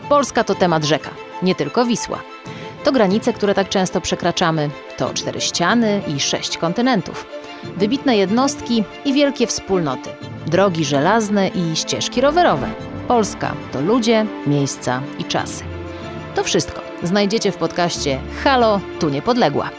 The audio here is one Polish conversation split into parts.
Polska to temat rzeka, nie tylko Wisła. To granice, które tak często przekraczamy, to 4 ściany i 6 kontynentów. Wybitne jednostki i wielkie wspólnoty. Drogi żelazne i ścieżki rowerowe. Polska to ludzie, miejsca i czasy. To wszystko znajdziecie w podcaście Halo, tu Niepodległa.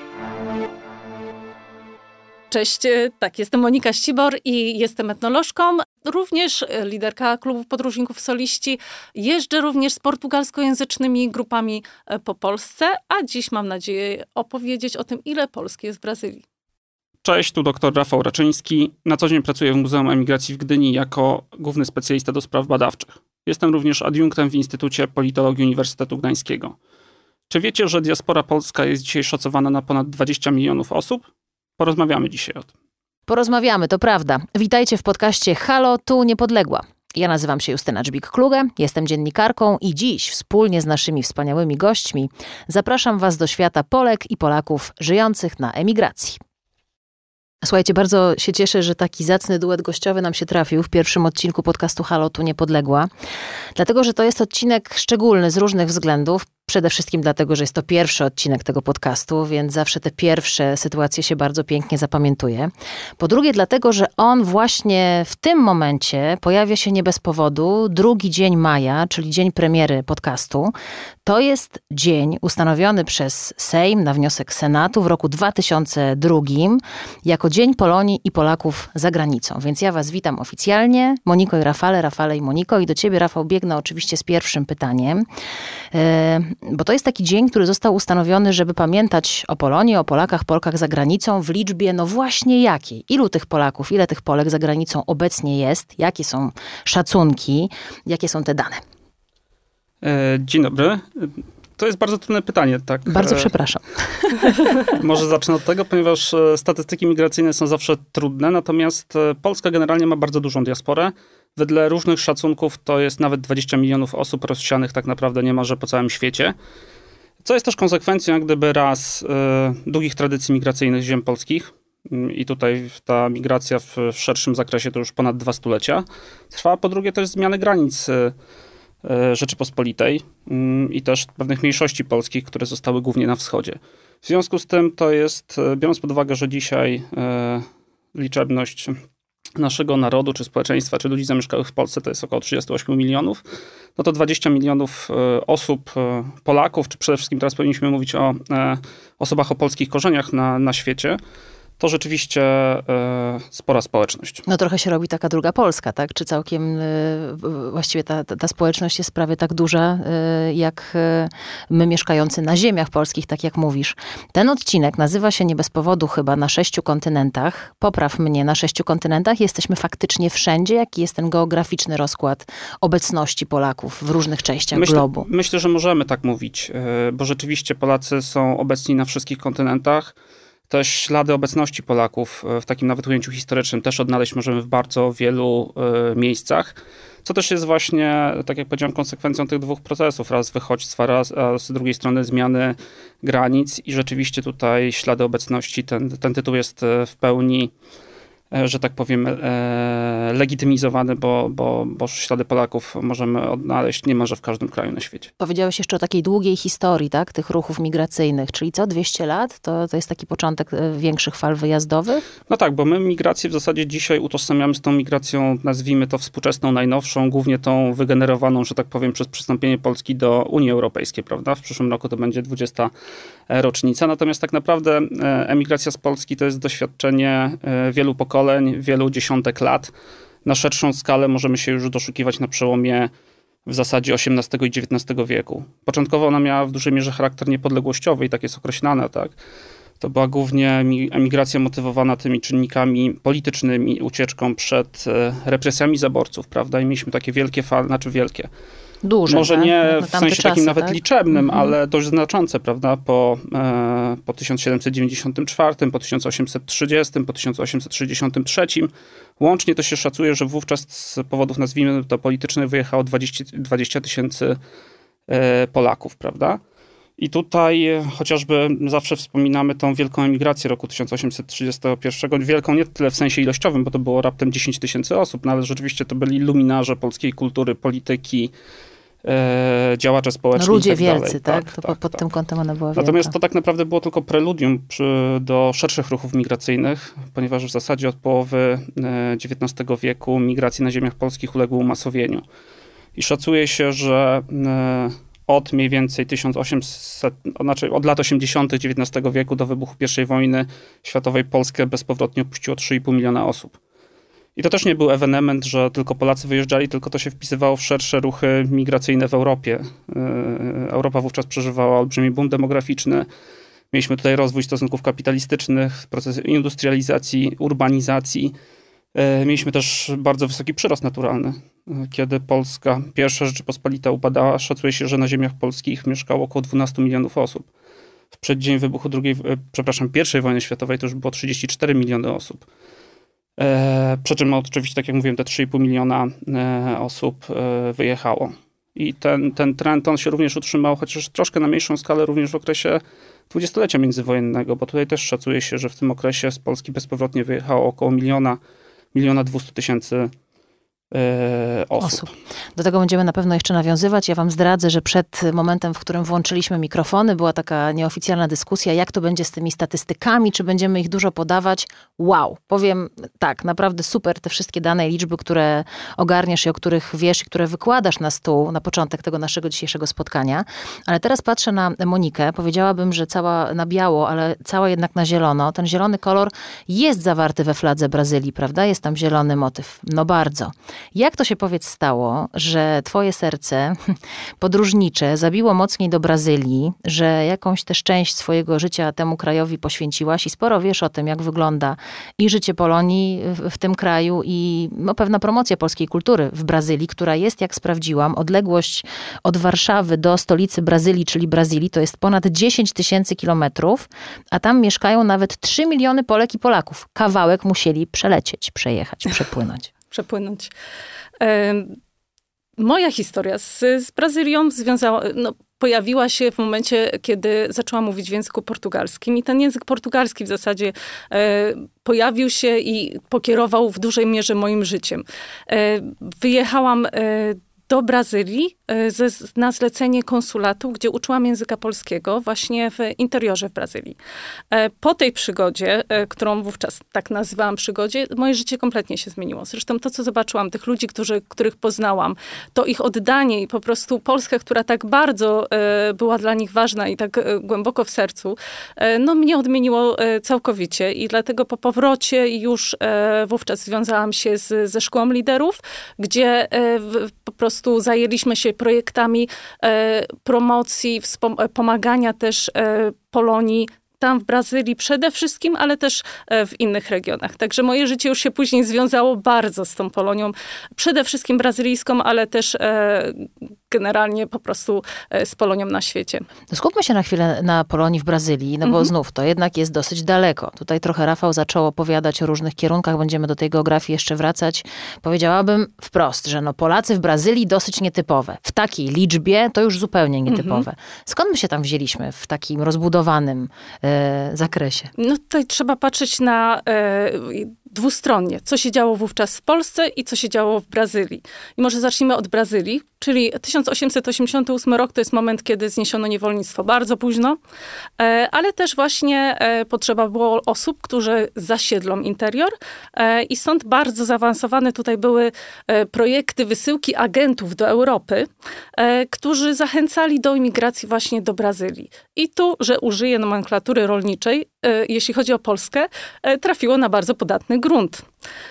Cześć, tak, jestem Monika Ścibor i jestem etnolożką, również liderka klubów podróżników soliści. Jeżdżę również z portugalskojęzycznymi grupami po Polsce, a dziś mam nadzieję opowiedzieć o tym, ile Polski jest w Brazylii. Cześć, tu dr Rafał Raczyński. Na co dzień pracuję w Muzeum Emigracji w Gdyni jako główny specjalista do spraw badawczych. Jestem również adiunktem w Instytucie Politologii Uniwersytetu Gdańskiego. Czy wiecie, że diaspora polska jest dzisiaj szacowana na ponad 20 milionów osób? Porozmawiamy dzisiaj o tym. Porozmawiamy, to prawda. Witajcie w podcaście Halo, tu Niepodległa. Ja nazywam się Justyna Dżbik-Kluge, jestem dziennikarką i dziś wspólnie z naszymi wspaniałymi gośćmi zapraszam Was do świata Polek i Polaków żyjących na emigracji. Słuchajcie, bardzo się cieszę, że taki zacny duet gościowy nam się trafił w pierwszym odcinku podcastu Halo, tu Niepodległa. Dlatego, że to jest odcinek szczególny z różnych względów. Przede wszystkim dlatego, że jest to pierwszy odcinek tego podcastu, więc zawsze te pierwsze sytuacje się bardzo pięknie zapamiętuje. Po drugie, dlatego, że on właśnie w tym momencie pojawia się nie bez powodu. 2 dzień maja, czyli dzień premiery podcastu. To jest dzień ustanowiony przez Sejm na wniosek Senatu w roku 2002 jako Dzień Polonii i Polaków za granicą. Więc ja Was witam oficjalnie. Moniko i Rafale, Rafale i Moniko. I do Ciebie, Rafał, biegnę oczywiście z pierwszym pytaniem. Bo to jest taki dzień, który został ustanowiony, żeby pamiętać o Polonii, o Polakach, Polkach za granicą w liczbie, no właśnie jakiej? Ilu tych Polaków, ile tych Polek za granicą obecnie jest? Jakie są szacunki? Jakie są te dane? Dzień dobry. To jest bardzo trudne pytanie. Tak? Bardzo przepraszam. Może zacznę od tego, ponieważ statystyki migracyjne są zawsze trudne, natomiast Polska generalnie ma bardzo dużą diasporę. Wedle różnych szacunków to jest nawet 20 milionów osób rozsianych tak naprawdę niemalże po całym świecie. Co jest też konsekwencją jak gdyby raz długich tradycji migracyjnych ziem polskich. I tutaj ta migracja w szerszym zakresie to już ponad 2 stulecia trwa. Po drugie też zmiany granic Rzeczypospolitej i też pewnych mniejszości polskich, które zostały głównie na wschodzie. W związku z tym to jest, biorąc pod uwagę, że dzisiaj liczebność naszego narodu, czy społeczeństwa, czy ludzi zamieszkałych w Polsce to jest około 38 milionów, no to 20 milionów osób, Polaków, czy przede wszystkim teraz powinniśmy mówić o osobach o polskich korzeniach na świecie, to rzeczywiście spora społeczność. No trochę się robi taka druga Polska, tak? Czy całkiem właściwie ta społeczność jest prawie tak duża, jak my mieszkający na ziemiach polskich, tak jak mówisz. Ten odcinek nazywa się nie bez powodu chyba na 6 kontynentach. Popraw mnie, na 6 kontynentach. Jesteśmy faktycznie wszędzie. Jaki jest ten geograficzny rozkład obecności Polaków w różnych częściach globu? Myślę, że możemy tak mówić, bo rzeczywiście Polacy są obecni na wszystkich kontynentach. Też ślady obecności Polaków w takim nawet ujęciu historycznym też odnaleźć możemy w bardzo wielu miejscach, co też jest właśnie, tak jak powiedziałem, konsekwencją tych 2 procesów. Raz wychodźstwa, a z drugiej strony zmiany granic i rzeczywiście tutaj ślady obecności, ten tytuł jest w pełni, że tak powiem, legitymizowany, bo ślady Polaków możemy odnaleźć niemalże w każdym kraju na świecie. Powiedziałeś jeszcze o takiej długiej historii, tak, tych ruchów migracyjnych, czyli co, 200 lat? To jest taki początek większych fal wyjazdowych? No tak, bo my migrację w zasadzie dzisiaj utożsamiamy z tą migracją, nazwijmy to współczesną, najnowszą, głównie tą wygenerowaną, że tak powiem, przez przystąpienie Polski do Unii Europejskiej, prawda? W przyszłym roku to będzie 20. rocznica. Natomiast tak naprawdę emigracja z Polski to jest doświadczenie wielu pokoleń, wielu dziesiątek lat. Na szerszą skalę możemy się już doszukiwać na przełomie w zasadzie XVIII i XIX wieku. Początkowo ona miała w dużej mierze charakter niepodległościowy i tak jest określana, tak? To była głównie emigracja motywowana tymi czynnikami politycznymi, ucieczką przed represjami zaborców, prawda? I mieliśmy takie wielkie fale, znaczy wielkie. Duże, może tak? nie w sensie czasy, takim nawet tak? liczebnym, ale dość znaczące, prawda? Po 1794, po 1830, po 1863. Łącznie to się szacuje, że wówczas z powodów, nazwijmy to politycznych, wyjechało 20 000 Polaków, prawda? I tutaj chociażby zawsze wspominamy tą wielką emigrację roku 1831. Wielką nie tyle w sensie ilościowym, bo to było raptem 10 000 osób, no ale rzeczywiście to byli luminarze polskiej kultury, polityki, działacze społeczni. No ludzie i tak dalej. wielcy, tak? To pod tym kątem ona była wielka. Natomiast to tak naprawdę było tylko preludium do szerszych ruchów migracyjnych, ponieważ w zasadzie od połowy XIX wieku migracje na ziemiach polskich uległy umasowieniu. I szacuje się, że od mniej więcej od lat 80. XIX wieku do wybuchu I wojny światowej Polskę bezpowrotnie opuściło 3,5 miliona osób. I to też nie był ewenement, że tylko Polacy wyjeżdżali, tylko to się wpisywało w szersze ruchy migracyjne w Europie. Europa wówczas przeżywała olbrzymi boom demograficzny. Mieliśmy tutaj rozwój stosunków kapitalistycznych, proces industrializacji, urbanizacji. Mieliśmy też bardzo wysoki przyrost naturalny. Kiedy Polska, pierwsza Rzeczypospolita upadała, szacuje się, że na ziemiach polskich mieszkało około 12 milionów osób. W przeddzień wybuchu I wojny światowej to już było 34 miliony osób. Przy czym oczywiście, tak jak mówiłem, te 3,5 miliona osób wyjechało. I ten trend, on się również utrzymał, chociaż troszkę na mniejszą skalę, również w okresie dwudziestolecia międzywojennego, bo tutaj też szacuje się, że w tym okresie z Polski bezpowrotnie wyjechało około 1,2 tysiąca osób. Do tego będziemy na pewno jeszcze nawiązywać. Ja wam zdradzę, że przed momentem, w którym włączyliśmy mikrofony, była taka nieoficjalna dyskusja, jak to będzie z tymi statystykami, czy będziemy ich dużo podawać. Wow, powiem tak, naprawdę super te wszystkie dane i liczby, które ogarniasz i o których wiesz i które wykładasz na stół na początek tego naszego dzisiejszego spotkania. Ale teraz patrzę na Monikę, powiedziałabym, że cała na biało, ale cała jednak na zielono. Ten zielony kolor jest zawarty we fladze Brazylii, prawda? Jest tam zielony motyw. No bardzo. Jak to się, powiedz, stało, że twoje serce podróżnicze zabiło mocniej do Brazylii, że jakąś też część swojego życia temu krajowi poświęciłaś i sporo wiesz o tym, jak wygląda i życie Polonii w tym kraju i pewna promocja polskiej kultury w Brazylii, która jest, jak sprawdziłam, odległość od Warszawy do stolicy Brazylii, czyli Brazylii, to jest ponad 10 000 kilometrów, a tam mieszkają nawet 3 miliony Polek i Polaków. Kawałek musieli przelecieć, przejechać, przepłynąć. Moja historia z Brazylią pojawiła się w momencie, kiedy zaczęłam mówić w języku portugalskim i ten język portugalski w zasadzie pojawił się i pokierował w dużej mierze moim życiem. Wyjechałam do Brazylii na zlecenie konsulatu, gdzie uczyłam języka polskiego właśnie w interiorze w Brazylii. Po tej przygodzie, którą wówczas tak nazywałam przygodzie, moje życie kompletnie się zmieniło. Zresztą to, co zobaczyłam, tych ludzi, których poznałam, to ich oddanie i po prostu Polska, która tak bardzo była dla nich ważna i tak głęboko w sercu, mnie odmieniło całkowicie i dlatego po powrocie już wówczas związałam się ze szkołą liderów, gdzie po prostu zajęliśmy się projektami promocji, pomagania też Polonii tam w Brazylii przede wszystkim, ale też w innych regionach. Także moje życie już się później związało bardzo z tą Polonią, przede wszystkim brazylijską, ale też generalnie po prostu z Polonią na świecie. Skupmy się na chwilę na Polonii w Brazylii, bo znów to jednak jest dosyć daleko. Tutaj trochę Rafał zaczął opowiadać o różnych kierunkach, będziemy do tej geografii jeszcze wracać. Powiedziałabym wprost, że Polacy w Brazylii dosyć nietypowe. W takiej liczbie to już zupełnie nietypowe. Skąd my się tam wzięliśmy w takim rozbudowanym zakresie? Tutaj trzeba patrzeć na dwustronnie, co się działo wówczas w Polsce i co się działo w Brazylii. I może zacznijmy od Brazylii, czyli 1888 rok to jest moment, kiedy zniesiono niewolnictwo bardzo późno, ale też właśnie potrzeba było osób, którzy zasiedlą interior i stąd bardzo zaawansowane tutaj były projekty wysyłki agentów do Europy, którzy zachęcali do imigracji właśnie do Brazylii. I tu, że użyję nomenklatury rolniczej, jeśli chodzi o Polskę, trafiło na bardzo podatny grunt,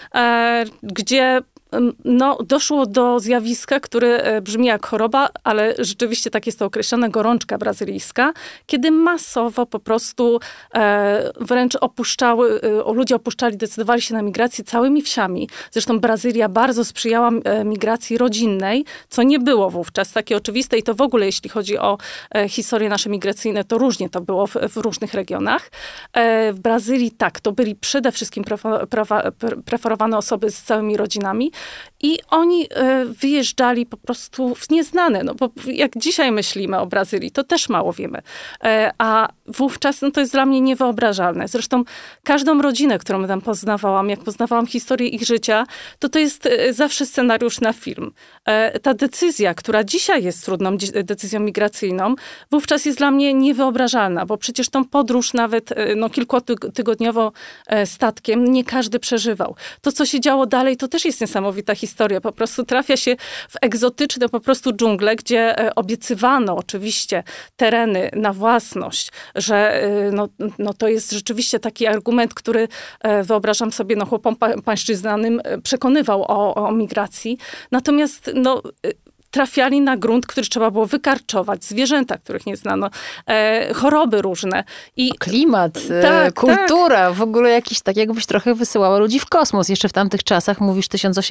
gdzie doszło do zjawiska, które brzmi jak choroba, ale rzeczywiście tak jest to określone, gorączka brazylijska, kiedy masowo po prostu wręcz ludzie opuszczali, decydowali się na migrację całymi wsiami. Zresztą Brazylia bardzo sprzyjała migracji rodzinnej, co nie było wówczas takie oczywiste i to w ogóle, jeśli chodzi o historie nasze migracyjne, to różnie to było w różnych regionach. W Brazylii tak, to byli przede wszystkim preferowane osoby z całymi rodzinami, i oni wyjeżdżali po prostu w nieznane, no bo jak dzisiaj myślimy o Brazylii, to też mało wiemy, a wówczas no to jest dla mnie niewyobrażalne. Zresztą każdą rodzinę, którą tam poznawałam, jak poznawałam historię ich życia, to jest zawsze scenariusz na film. Ta decyzja, która dzisiaj jest trudną decyzją migracyjną, wówczas jest dla mnie niewyobrażalna, bo przecież tą podróż nawet kilkutygodniowo statkiem nie każdy przeżywał. To, co się działo dalej, to też jest niesamowita historia. Po prostu trafia się w egzotyczne po prostu dżungle, gdzie obiecywano oczywiście tereny na własność, że no to jest rzeczywiście taki argument, który wyobrażam sobie chłopom pańszczyznanym przekonywał o migracji. Natomiast trafiali na grunt, który trzeba było wykarczować, zwierzęta, których nie znano, choroby różne. Klimat, kultura, w ogóle jakiś, tak jakbyś trochę wysyłała ludzi w kosmos. Jeszcze w tamtych czasach, mówisz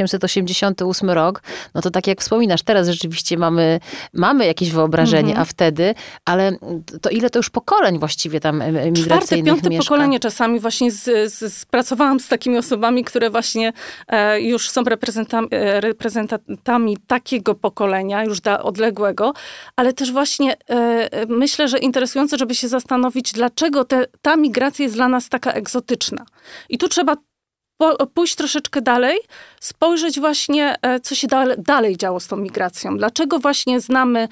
1888 rok, no to tak jak wspominasz, teraz rzeczywiście mamy jakieś wyobrażenie, a wtedy, ale to ile to już pokoleń właściwie tam migracyjnych 4., 5. mieszka? pokolenie czasami właśnie pracowałam z takimi osobami, które właśnie już są reprezentantami takiego pokolenia, już odległego, ale też właśnie myślę, że interesujące, żeby się zastanowić, dlaczego ta migracja jest dla nas taka egzotyczna. I tu trzeba pójść troszeczkę dalej, spojrzeć właśnie, co się dalej działo z tą migracją. Dlaczego właśnie znamy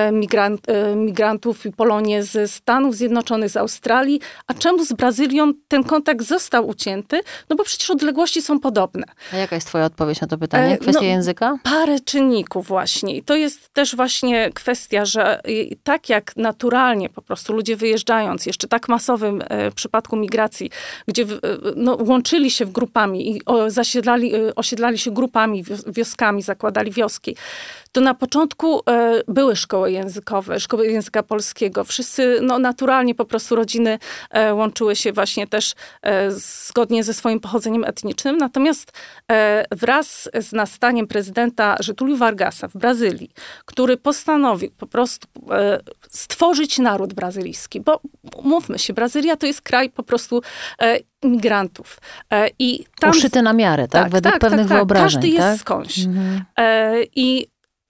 migrantów i Polonię ze Stanów Zjednoczonych, z Australii, a czemu z Brazylią ten kontakt został ucięty? No bo przecież odległości są podobne. A jaka jest twoja odpowiedź na to pytanie? Kwestia języka? Parę czynników właśnie. I to jest też właśnie kwestia, że tak jak naturalnie po prostu ludzie wyjeżdżając, jeszcze tak masowym przypadku migracji, gdzie łączyli się w grupami i osiedlali się grupami, wioskami, zakładali wioski, to na początku były szkoły językowe, szkoły języka polskiego. Wszyscy naturalnie po prostu rodziny łączyły się właśnie też zgodnie ze swoim pochodzeniem etnicznym. Natomiast wraz z nastaniem prezydenta Getúlio Vargasa w Brazylii, który postanowił po prostu stworzyć naród brazylijski, bo mówmy się, Brazylia to jest kraj po prostu imigrantów. I tam, uszyty na miarę, tak? Według pewnych wyobrażeń. Każdy jest skądś. I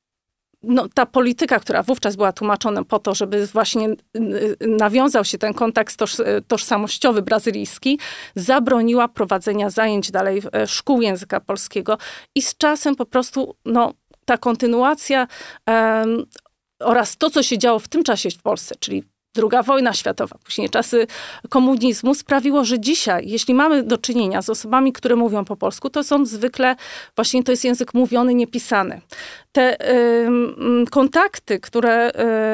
ta polityka, która wówczas była tłumaczona po to, żeby właśnie nawiązał się ten kontakt tożsamościowy brazylijski, zabroniła prowadzenia zajęć dalej szkół języka polskiego i z czasem po prostu ta kontynuacja oraz to, co się działo w tym czasie w Polsce, czyli II wojna światowa, później czasy komunizmu sprawiło, że dzisiaj, jeśli mamy do czynienia z osobami, które mówią po polsku, to są zwykle, właśnie to jest język mówiony, niepisany. Te kontakty, które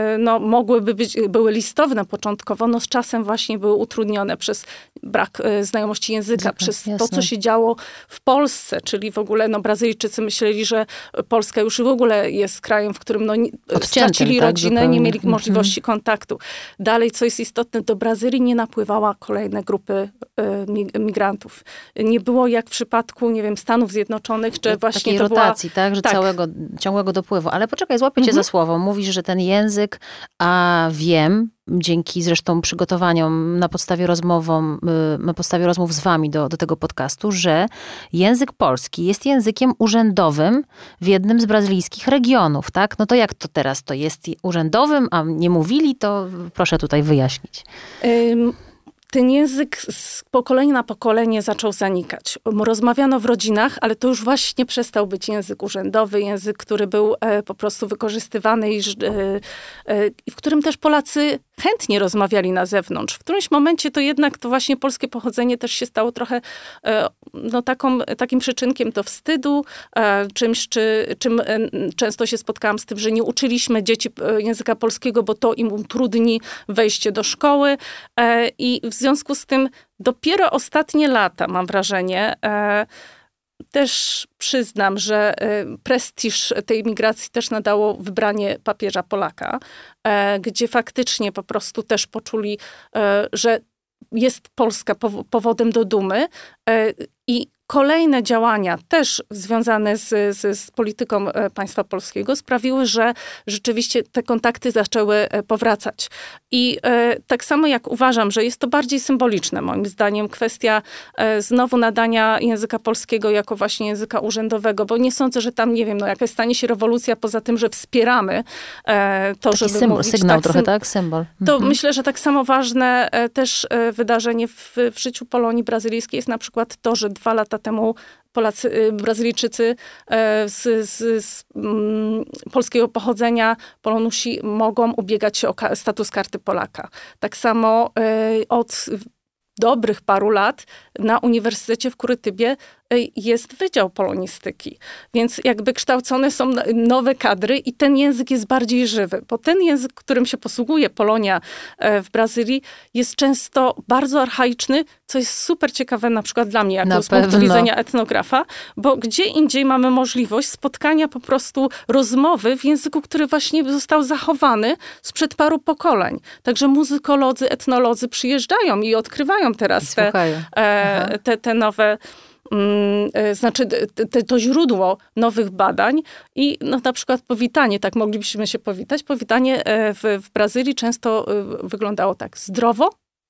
były listowne początkowo, z czasem właśnie były utrudnione przez brak znajomości języka, przez to, co się działo w Polsce, czyli w ogóle Brazylijczycy myśleli, że Polska już w ogóle jest krajem, w którym stracili rodzinę, nie mieli możliwości kontaktu. Dalej, co jest istotne, do Brazylii nie napływała kolejne grupy migrantów. Nie było jak w przypadku, nie wiem, Stanów Zjednoczonych, czy właśnie takiej to rotacji, tak? Że ciągłego dopływu. Ale poczekaj, złapię cię za słowo. Mówisz, że ten język, a wiem, dzięki zresztą przygotowaniom na podstawie rozmów z wami do tego podcastu, że język polski jest językiem urzędowym w jednym z brazylijskich regionów, tak? No to jak to teraz? To jest urzędowym, a nie mówili? To proszę tutaj wyjaśnić. Ten język z pokolenia na pokolenie zaczął zanikać. Rozmawiano w rodzinach, ale to już właśnie przestał być język urzędowy, język, który był po prostu wykorzystywany i w którym też Polacy chętnie rozmawiali na zewnątrz. W którymś momencie to jednak to właśnie polskie pochodzenie też się stało trochę takim przyczynkiem do wstydu, czym często się spotkałam z tym, że nie uczyliśmy dzieci języka polskiego, bo to im utrudni wejście do szkoły i w związku z tym dopiero ostatnie lata, mam wrażenie, też przyznam, że prestiż tej migracji też nadało wybranie papieża Polaka, gdzie faktycznie po prostu też poczuli, że jest Polska powodem do dumy i kolejne działania, też związane z polityką państwa polskiego, sprawiły, że rzeczywiście te kontakty zaczęły powracać. I tak samo jak uważam, że jest to bardziej symboliczne, moim zdaniem, kwestia znowu nadania języka polskiego jako właśnie języka urzędowego, bo nie sądzę, że tam, nie wiem, jakaś stanie się rewolucja poza tym, że wspieramy to, taki żeby symbol, mówić... sygnał trochę, tak? Symbol. To myślę, że tak samo ważne też wydarzenie w życiu Polonii brazylijskiej jest na przykład to, że 2 lata temu Brazylijczycy z polskiego pochodzenia, Polonusi, mogą ubiegać się o status karty Polaka. Tak samo od dobrych paru lat na Uniwersytecie w Kurytybie jest Wydział Polonistyki. Więc jakby kształcone są nowe kadry i ten język jest bardziej żywy. Bo ten język, którym się posługuje Polonia w Brazylii, jest często bardzo archaiczny, co jest super ciekawe na przykład dla mnie, jako z punktu widzenia etnografa, bo gdzie indziej mamy możliwość spotkania po prostu rozmowy w języku, który właśnie został zachowany sprzed paru pokoleń. Także muzykolodzy, etnolodzy przyjeżdżają i odkrywają teraz te nowe... Znaczy to źródło nowych badań i na przykład powitanie, tak moglibyśmy się powitać. Powitanie w Brazylii często wyglądało tak: zdrowo,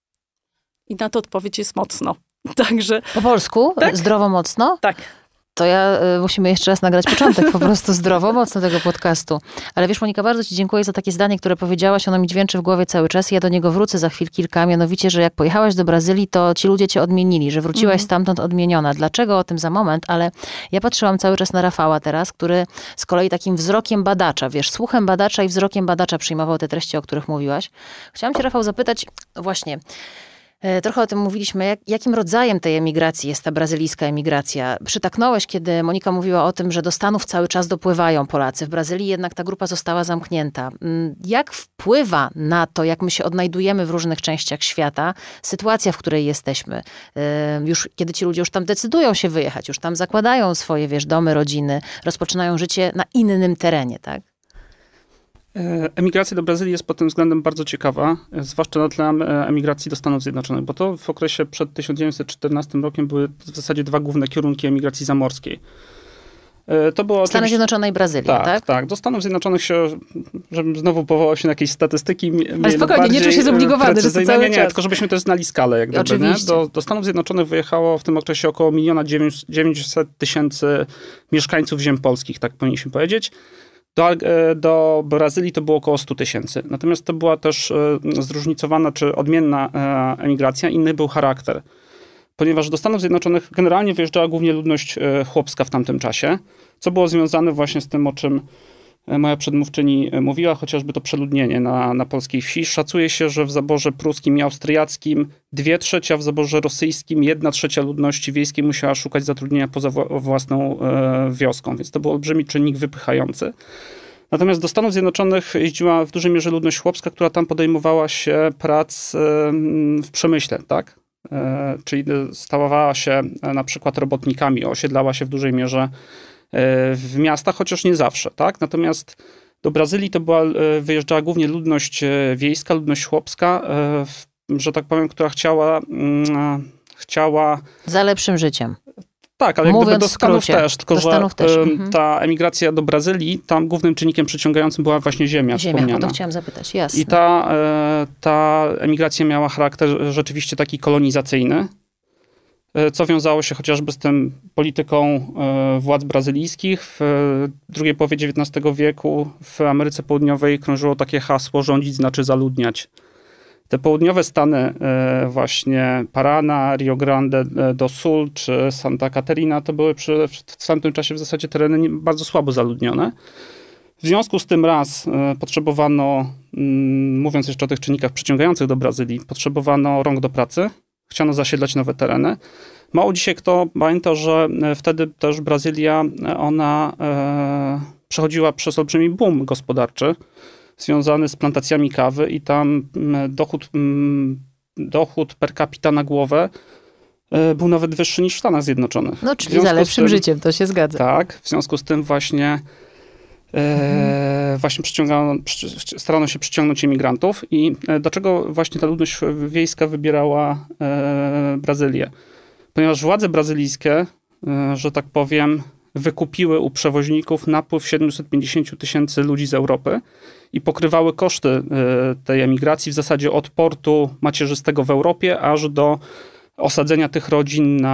i na to odpowiedź jest mocno. Także... Po polsku? Tak? Zdrowo, mocno? Tak. To musimy jeszcze raz nagrać początek po prostu zdrowo, mocno tego podcastu. Ale wiesz, Monika, bardzo ci dziękuję za takie zdanie, które powiedziałaś. Ono mi dźwięczy w głowie cały czas. Ja do niego wrócę za chwil kilka. Mianowicie, że jak pojechałaś do Brazylii, to ci ludzie cię odmienili, że wróciłaś stamtąd odmieniona. Dlaczego? O tym za moment, ale ja patrzyłam cały czas na Rafała teraz, który z kolei takim wzrokiem badacza, wiesz, słuchem badacza i wzrokiem badacza przyjmował te treści, o których mówiłaś. Chciałam cię, Rafał, zapytać właśnie... Trochę o tym mówiliśmy. Jakim rodzajem tej emigracji jest ta brazylijska emigracja? Przytaknąłeś, kiedy Monika mówiła o tym, że do Stanów cały czas dopływają Polacy. W Brazylii jednak ta grupa została zamknięta. Jak wpływa na to, jak my się odnajdujemy w różnych częściach świata, sytuacja, w której jesteśmy? Już, kiedy ci ludzie już tam decydują się wyjechać, już tam zakładają swoje, wiesz, domy, rodziny, rozpoczynają życie na innym terenie, tak? Emigracja do Brazylii jest pod tym względem bardzo ciekawa, zwłaszcza na tle emigracji do Stanów Zjednoczonych, bo to w okresie przed 1914 rokiem były w zasadzie 2 główne kierunki emigracji zamorskiej. To było Stany Zjednoczone i Brazylia, tak? Tak. Do Stanów Zjednoczonych się, żebym znowu powołał się na jakieś statystyki. Ale spokojnie, nie czuł się zobligowany, że to cały czas. Tylko żebyśmy też znali skalę. Jak gdyby, oczywiście. Nie? Do Stanów Zjednoczonych wyjechało w tym okresie około 1 900 000 mieszkańców ziem polskich, tak powinniśmy powiedzieć. Do Brazylii to było około 100 000. Natomiast to była też zróżnicowana czy odmienna emigracja. Inny był charakter. Ponieważ do Stanów Zjednoczonych generalnie wyjeżdżała głównie ludność chłopska w tamtym czasie, co było związane właśnie z tym, o czym moja przedmówczyni mówiła, chociażby to przeludnienie na polskiej wsi. Szacuje się, że w zaborze pruskim i austriackim 2/3, w zaborze rosyjskim 1/3 ludności wiejskiej musiała szukać zatrudnienia poza własną wioską, więc to był olbrzymi czynnik wypychający. Natomiast do Stanów Zjednoczonych jeździła w dużej mierze ludność chłopska, która tam podejmowała się prac w przemyśle, tak? Czyli stawała się na przykład robotnikami, osiedlała się w dużej mierze w miastach, chociaż nie zawsze, tak? Natomiast do Brazylii to wyjeżdżała głównie ludność wiejska, ludność chłopska, że tak powiem, która chciała... Za lepszym życiem. Tak, ale jak gdyby do Stanów też, tylko że ta emigracja do Brazylii, tam głównym czynnikiem przyciągającym była właśnie ziemia wspomniana. O to chciałam zapytać, jasne. I ta emigracja miała charakter rzeczywiście taki kolonizacyjny, co wiązało się chociażby z tym polityką władz brazylijskich. W drugiej połowie XIX wieku w Ameryce Południowej krążyło takie hasło: rządzić znaczy zaludniać. Te południowe stany, właśnie Parana, Rio Grande do Sul czy Santa Catarina, to były w tamtym czasie w zasadzie tereny bardzo słabo zaludnione. W związku z tym potrzebowano, mówiąc jeszcze o tych czynnikach przyciągających do Brazylii, potrzebowano rąk do pracy, chciano zasiedlać nowe tereny. Mało dzisiaj kto pamięta, że wtedy też Brazylia, ona przechodziła przez olbrzymi boom gospodarczy, związany z plantacjami kawy i tam dochód per capita na głowę był nawet wyższy niż w Stanach Zjednoczonych. No, czyli za lepszym życiem, to się zgadza. Tak, w związku z tym właśnie starano się przyciągnąć imigrantów. I dlaczego właśnie ta ludność wiejska wybierała Brazylię? Ponieważ władze brazylijskie że tak powiem, wykupiły u przewoźników napływ 750 000 ludzi z Europy i pokrywały koszty tej emigracji w zasadzie od portu macierzystego w Europie aż do osadzenia tych rodzin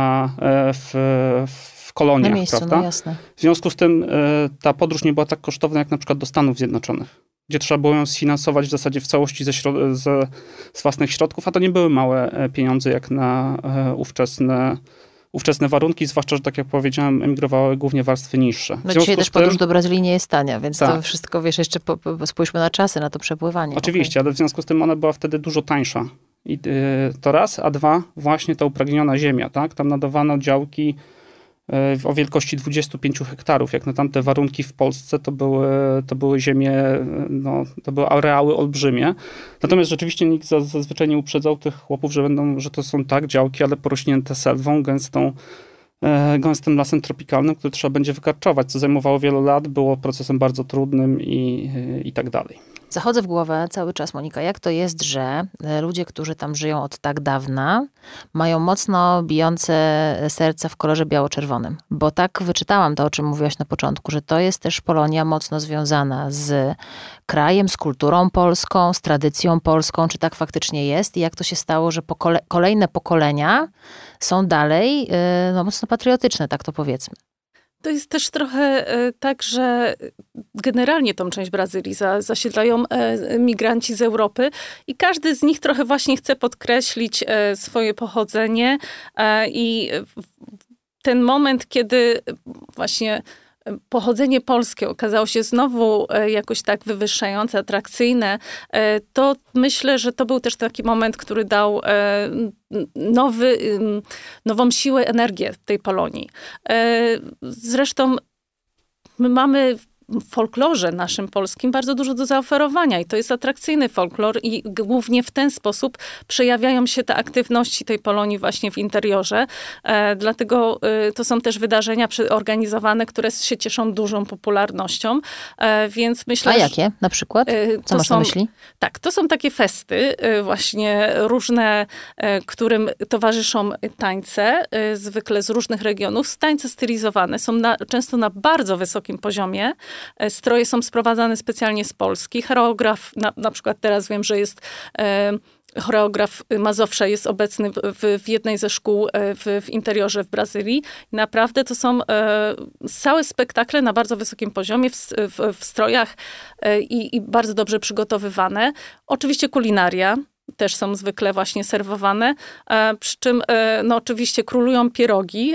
w koloniach, na miejscu, prawda? no jasne. W związku z tym ta podróż nie była tak kosztowna jak na przykład do Stanów Zjednoczonych, gdzie trzeba było ją sfinansować w zasadzie w całości z własnych środków, a to nie były małe pieniądze jak na ówczesne warunki, zwłaszcza, że tak jak powiedziałem, emigrowały głównie warstwy niższe. No dzisiaj też podróż do Brazylii nie jest tania, więc tak. To wszystko, wiesz, jeszcze spójrzmy na czasy, na to przepływanie. Oczywiście, ale w związku z tym ona była wtedy dużo tańsza. I to raz, a dwa, właśnie ta upragniona ziemia, tak? Tam nadawano działki o wielkości 25 hektarów. Jak na tamte warunki w Polsce, to były ziemie, no, to były areały olbrzymie. Natomiast rzeczywiście nikt zazwyczaj nie uprzedzał tych chłopów, że to są tak działki, ale porośnięte selwą, gęstym lasem tropikalnym, który trzeba będzie wykarczować, co zajmowało wiele lat, było procesem bardzo trudnym i tak dalej. Zachodzę w głowę cały czas, Monika, jak to jest, że ludzie, którzy tam żyją od tak dawna, mają mocno bijące serca w kolorze biało-czerwonym. Bo tak wyczytałam to, o czym mówiłaś na początku, że to jest też Polonia mocno związana z krajem, z kulturą polską, z tradycją polską. Czy tak faktycznie jest? I jak to się stało, że kolejne pokolenia są dalej mocno patriotyczne, tak to powiedzmy? To jest też trochę tak, że generalnie tą część Brazylii zasiedlają migranci z Europy i każdy z nich trochę właśnie chce podkreślić swoje pochodzenie i ten moment, kiedy właśnie pochodzenie polskie okazało się znowu jakoś tak wywyższające, atrakcyjne, to myślę, że to był też taki moment, który dał nową siłę, energię tej Polonii. Zresztą my mamy w folklorze naszym polskim bardzo dużo do zaoferowania i to jest atrakcyjny folklor i głównie w ten sposób przejawiają się te aktywności tej Polonii właśnie w interiorze. Dlatego to są też wydarzenia organizowane, które się cieszą dużą popularnością, więc myślę... A jakie na przykład? Co masz na myśli? Tak, to są takie festy właśnie różne, którym towarzyszą tańce, zwykle z różnych regionów. Tańce stylizowane są często na bardzo wysokim poziomie. Stroje są sprowadzane specjalnie z Polski. Choreograf, na przykład teraz wiem, że jest choreograf Mazowsza, jest obecny w jednej ze szkół w interiorze w Brazylii. Naprawdę to są całe spektakle na bardzo wysokim poziomie, w strojach i bardzo dobrze przygotowywane. Oczywiście kulinaria też są zwykle właśnie serwowane, przy czym no oczywiście królują pierogi,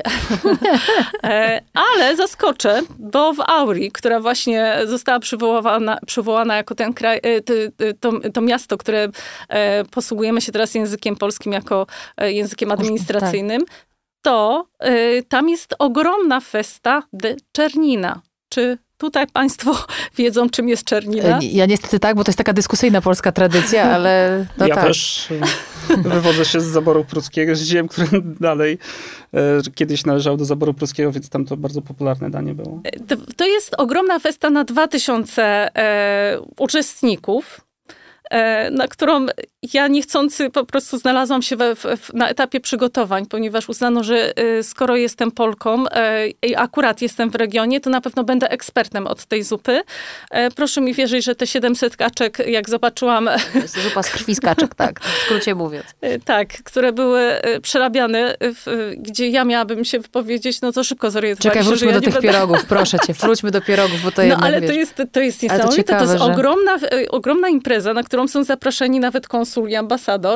ale zaskoczę, bo w Auri, która właśnie została przywołana jako ten kraj, to miasto, które posługujemy się teraz językiem polskim jako językiem administracyjnym, to tam jest ogromna festa de Czernina. Czy tutaj państwo wiedzą, czym jest czernina? Ja niestety tak, bo to jest taka dyskusyjna polska tradycja, ale no ja tak. też wywodzę się z zaboru pruskiego, z ziem, które dalej kiedyś należało do zaboru pruskiego, więc tam to bardzo popularne danie było. To jest ogromna festa na 2000 uczestników, na którą ja niechcący po prostu znalazłam się na etapie przygotowań, ponieważ uznano, że skoro jestem Polką i akurat jestem w regionie, to na pewno będę ekspertem od tej zupy. Proszę mi wierzyć, że te 700 kaczek, jak zobaczyłam... To jest zupa z krwi z kaczek, tak, w skrócie mówiąc. Tak, które były przerabiane, gdzie ja miałabym się wypowiedzieć, no to szybko zorientowałam się, wróćmy do tych pierogów, proszę cię, wróćmy do pierogów, bo to jednak, ale wiesz, to jest niesamowite, ciekawe, to jest że... ogromna impreza, na którą są zaproszeni nawet konsul i ambasador.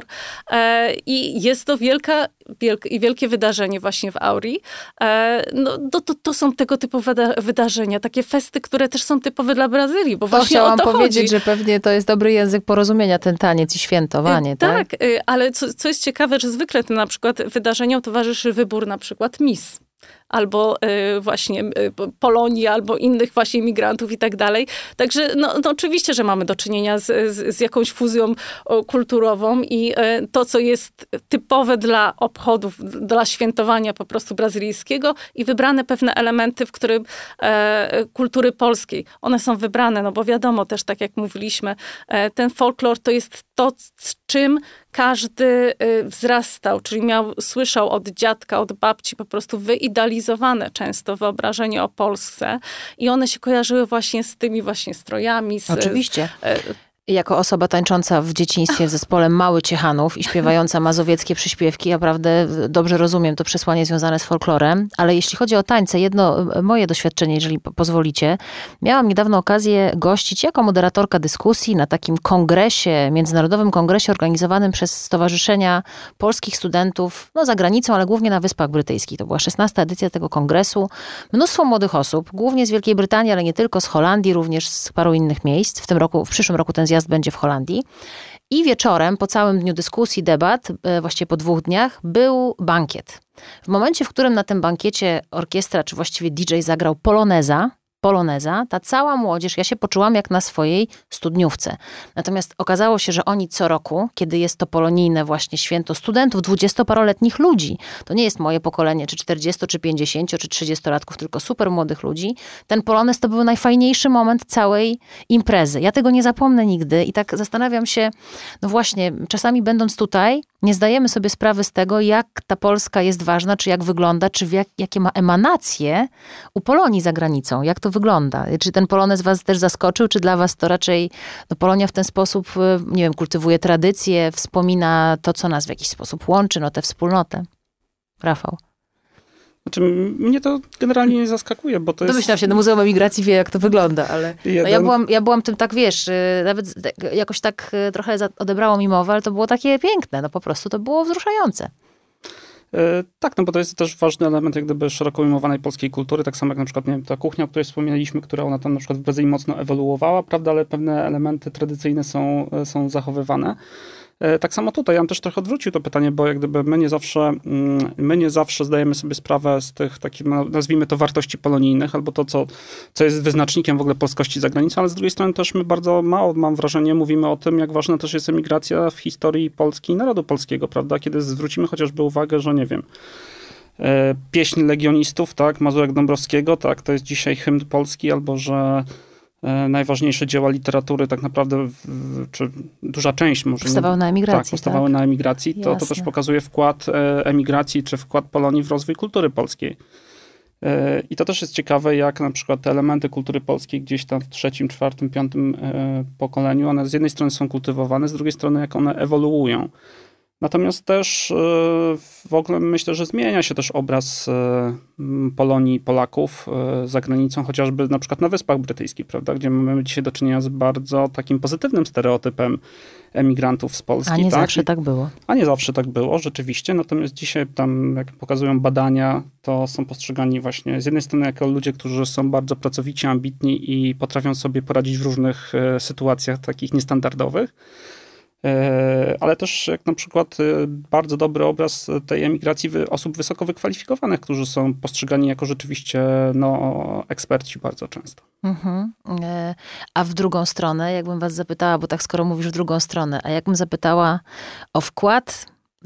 I jest to wielkie wydarzenie właśnie w Auri. To są tego typu wydarzenia, takie festy, które też są typowe dla Brazylii, bo właśnie chciałam o to powiedzieć, chodzi. że pewnie to jest dobry język porozumienia, ten taniec i świętowanie, tak? Tak, ale co jest ciekawe, że zwykle tym na przykład wydarzeniom towarzyszy wybór na przykład Miss. Albo właśnie Polonii, albo innych właśnie imigrantów i tak dalej. Także no oczywiście, że mamy do czynienia z jakąś fuzją kulturową i to, co jest typowe dla obchodów, dla świętowania po prostu brazylijskiego i wybrane pewne elementy, w którym kultury polskiej, one są wybrane, no bo wiadomo też, tak jak mówiliśmy, ten folklor to jest to, z czym każdy wzrastał, czyli słyszał od dziadka, od babci po prostu wyidealizowane zidealizowane często wyobrażenie o Polsce i one się kojarzyły właśnie z tymi właśnie strojami. Oczywiście. Jako osoba tańcząca w dzieciństwie w zespole Mały Ciechanów i śpiewająca mazowieckie przyśpiewki, naprawdę dobrze rozumiem to przesłanie związane z folklorem, ale jeśli chodzi o tańce, jedno moje doświadczenie, jeżeli pozwolicie, miałam niedawno okazję gościć jako moderatorka dyskusji na takim kongresie, międzynarodowym kongresie organizowanym przez Stowarzyszenia Polskich Studentów, za granicą, ale głównie na Wyspach Brytyjskich. To była 16. edycja tego kongresu. Mnóstwo młodych osób, głównie z Wielkiej Brytanii, ale nie tylko, z Holandii, również z paru innych miejsc. W przyszłym roku ten zjazd będzie w Holandii. I wieczorem, po całym dniu dyskusji, debat, właściwie po 2 dniach, był bankiet. W momencie, w którym na tym bankiecie orkiestra, czy właściwie DJ zagrał poloneza, ta cała młodzież, ja się poczułam jak na swojej studniówce. Natomiast okazało się, że oni co roku, kiedy jest to polonijne właśnie święto studentów, 20-paroletnich ludzi, to nie jest moje pokolenie, czy 40, czy 50, czy 30-latków, tylko super młodych ludzi, ten polonez to był najfajniejszy moment całej imprezy. Ja tego nie zapomnę nigdy i tak zastanawiam się, no właśnie, czasami będąc tutaj, nie zdajemy sobie sprawy z tego, jak ta Polska jest ważna, czy jak wygląda, czy jakie ma emanacje u Polonii za granicą. Jak to wygląda? Czy ten polonez was też zaskoczył, czy dla was to raczej Polonia w ten sposób, nie wiem, kultywuje tradycje, wspomina to, co nas w jakiś sposób łączy, tę wspólnotę? Rafał. Znaczy, mnie to generalnie nie zaskakuje, bo to jest... Domyślam się, Muzeum Emigracji wie, jak to wygląda, ale ja byłam tym tak, wiesz, nawet jakoś tak trochę odebrało mi mowę, ale to było takie piękne, po prostu to było wzruszające. Tak, bo to jest też ważny element jak gdyby szeroko ujmowanej polskiej kultury, tak samo jak na przykład, nie wiem, ta kuchnia, o której wspominaliśmy, która ona tam na przykład w Brazylii mocno ewoluowała, prawda, ale pewne elementy tradycyjne są zachowywane. Tak samo tutaj, ja bym też trochę odwrócił to pytanie, bo jak gdyby my nie zawsze zdajemy sobie sprawę z tych takich, nazwijmy to, wartości polonijnych, albo to, co jest wyznacznikiem w ogóle polskości za granicą, ale z drugiej strony też my bardzo mało, mam wrażenie, mówimy o tym, jak ważna też jest emigracja w historii Polski i narodu polskiego, prawda? Kiedy zwrócimy chociażby uwagę, że nie wiem, pieśń legionistów, tak, Mazurek Dąbrowskiego, tak, to jest dzisiaj hymn Polski, albo że najważniejsze dzieła literatury tak naprawdę, czy duża część może... Powstawały na emigracji. Tak, powstawały na emigracji. To też pokazuje wkład emigracji, czy wkład Polonii w rozwój kultury polskiej. I to też jest ciekawe, jak na przykład te elementy kultury polskiej gdzieś tam w 3., 4., 5. pokoleniu, one z jednej strony są kultywowane, z drugiej strony jak one ewoluują. Natomiast też w ogóle myślę, że zmienia się też obraz Polonii, Polaków za granicą, chociażby na przykład na Wyspach Brytyjskich, prawda, gdzie mamy dzisiaj do czynienia z bardzo takim pozytywnym stereotypem emigrantów z Polski. A nie zawsze tak było. A nie zawsze tak było, rzeczywiście. Natomiast dzisiaj tam, jak pokazują badania, to są postrzegani właśnie z jednej strony jako ludzie, którzy są bardzo pracowici, ambitni i potrafią sobie poradzić w różnych sytuacjach takich niestandardowych. Ale też jak na przykład bardzo dobry obraz tej emigracji osób wysoko wykwalifikowanych, którzy są postrzegani jako rzeczywiście eksperci bardzo często. A w drugą stronę, jakbym was zapytała, bo tak skoro mówisz w drugą stronę, a jakbym zapytała o wkład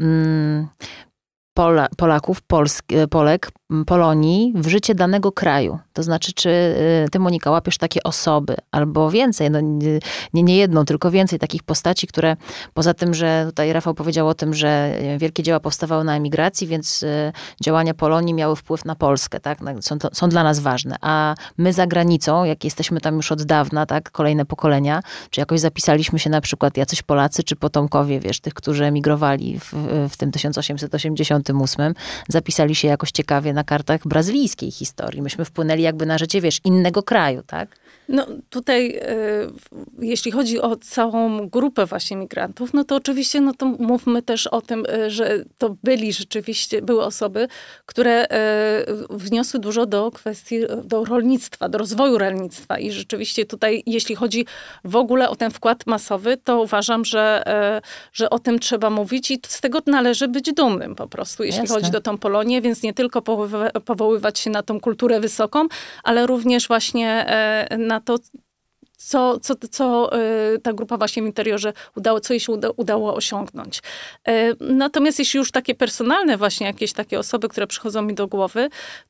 Polaków, Polonii w życie danego kraju. To znaczy, czy ty, Monika, łapiesz takie osoby, albo więcej, nie jedną, tylko więcej takich postaci, które poza tym, że tutaj Rafał powiedział o tym, że wielkie dzieła powstawały na emigracji, więc działania Polonii miały wpływ na Polskę, tak? Są dla nas ważne. A my za granicą, jak jesteśmy tam już od dawna, tak? Kolejne pokolenia, czy jakoś zapisaliśmy się na przykład jacyś Polacy, czy potomkowie, wiesz, tych, którzy emigrowali w tym 1888, zapisali się jakoś ciekawie na kartach brazylijskiej historii. Myśmy wpłynęli jakby na życie, wiesz, innego kraju, tak? No tutaj, jeśli chodzi o całą grupę właśnie migrantów, no to oczywiście, no to mówmy też o tym, że to były osoby, które wniosły dużo do kwestii, do rolnictwa, do rozwoju rolnictwa i rzeczywiście tutaj, jeśli chodzi w ogóle o ten wkład masowy, to uważam, że o tym trzeba mówić i z tego należy być dumnym po prostu, jeśli chodzi o tą Polonię, więc nie tylko powoływać się na tą kulturę wysoką, ale również właśnie na to, co ta grupa właśnie w interiorze co jej się udało osiągnąć. Natomiast jeśli już takie personalne właśnie jakieś takie osoby, które przychodzą mi do głowy,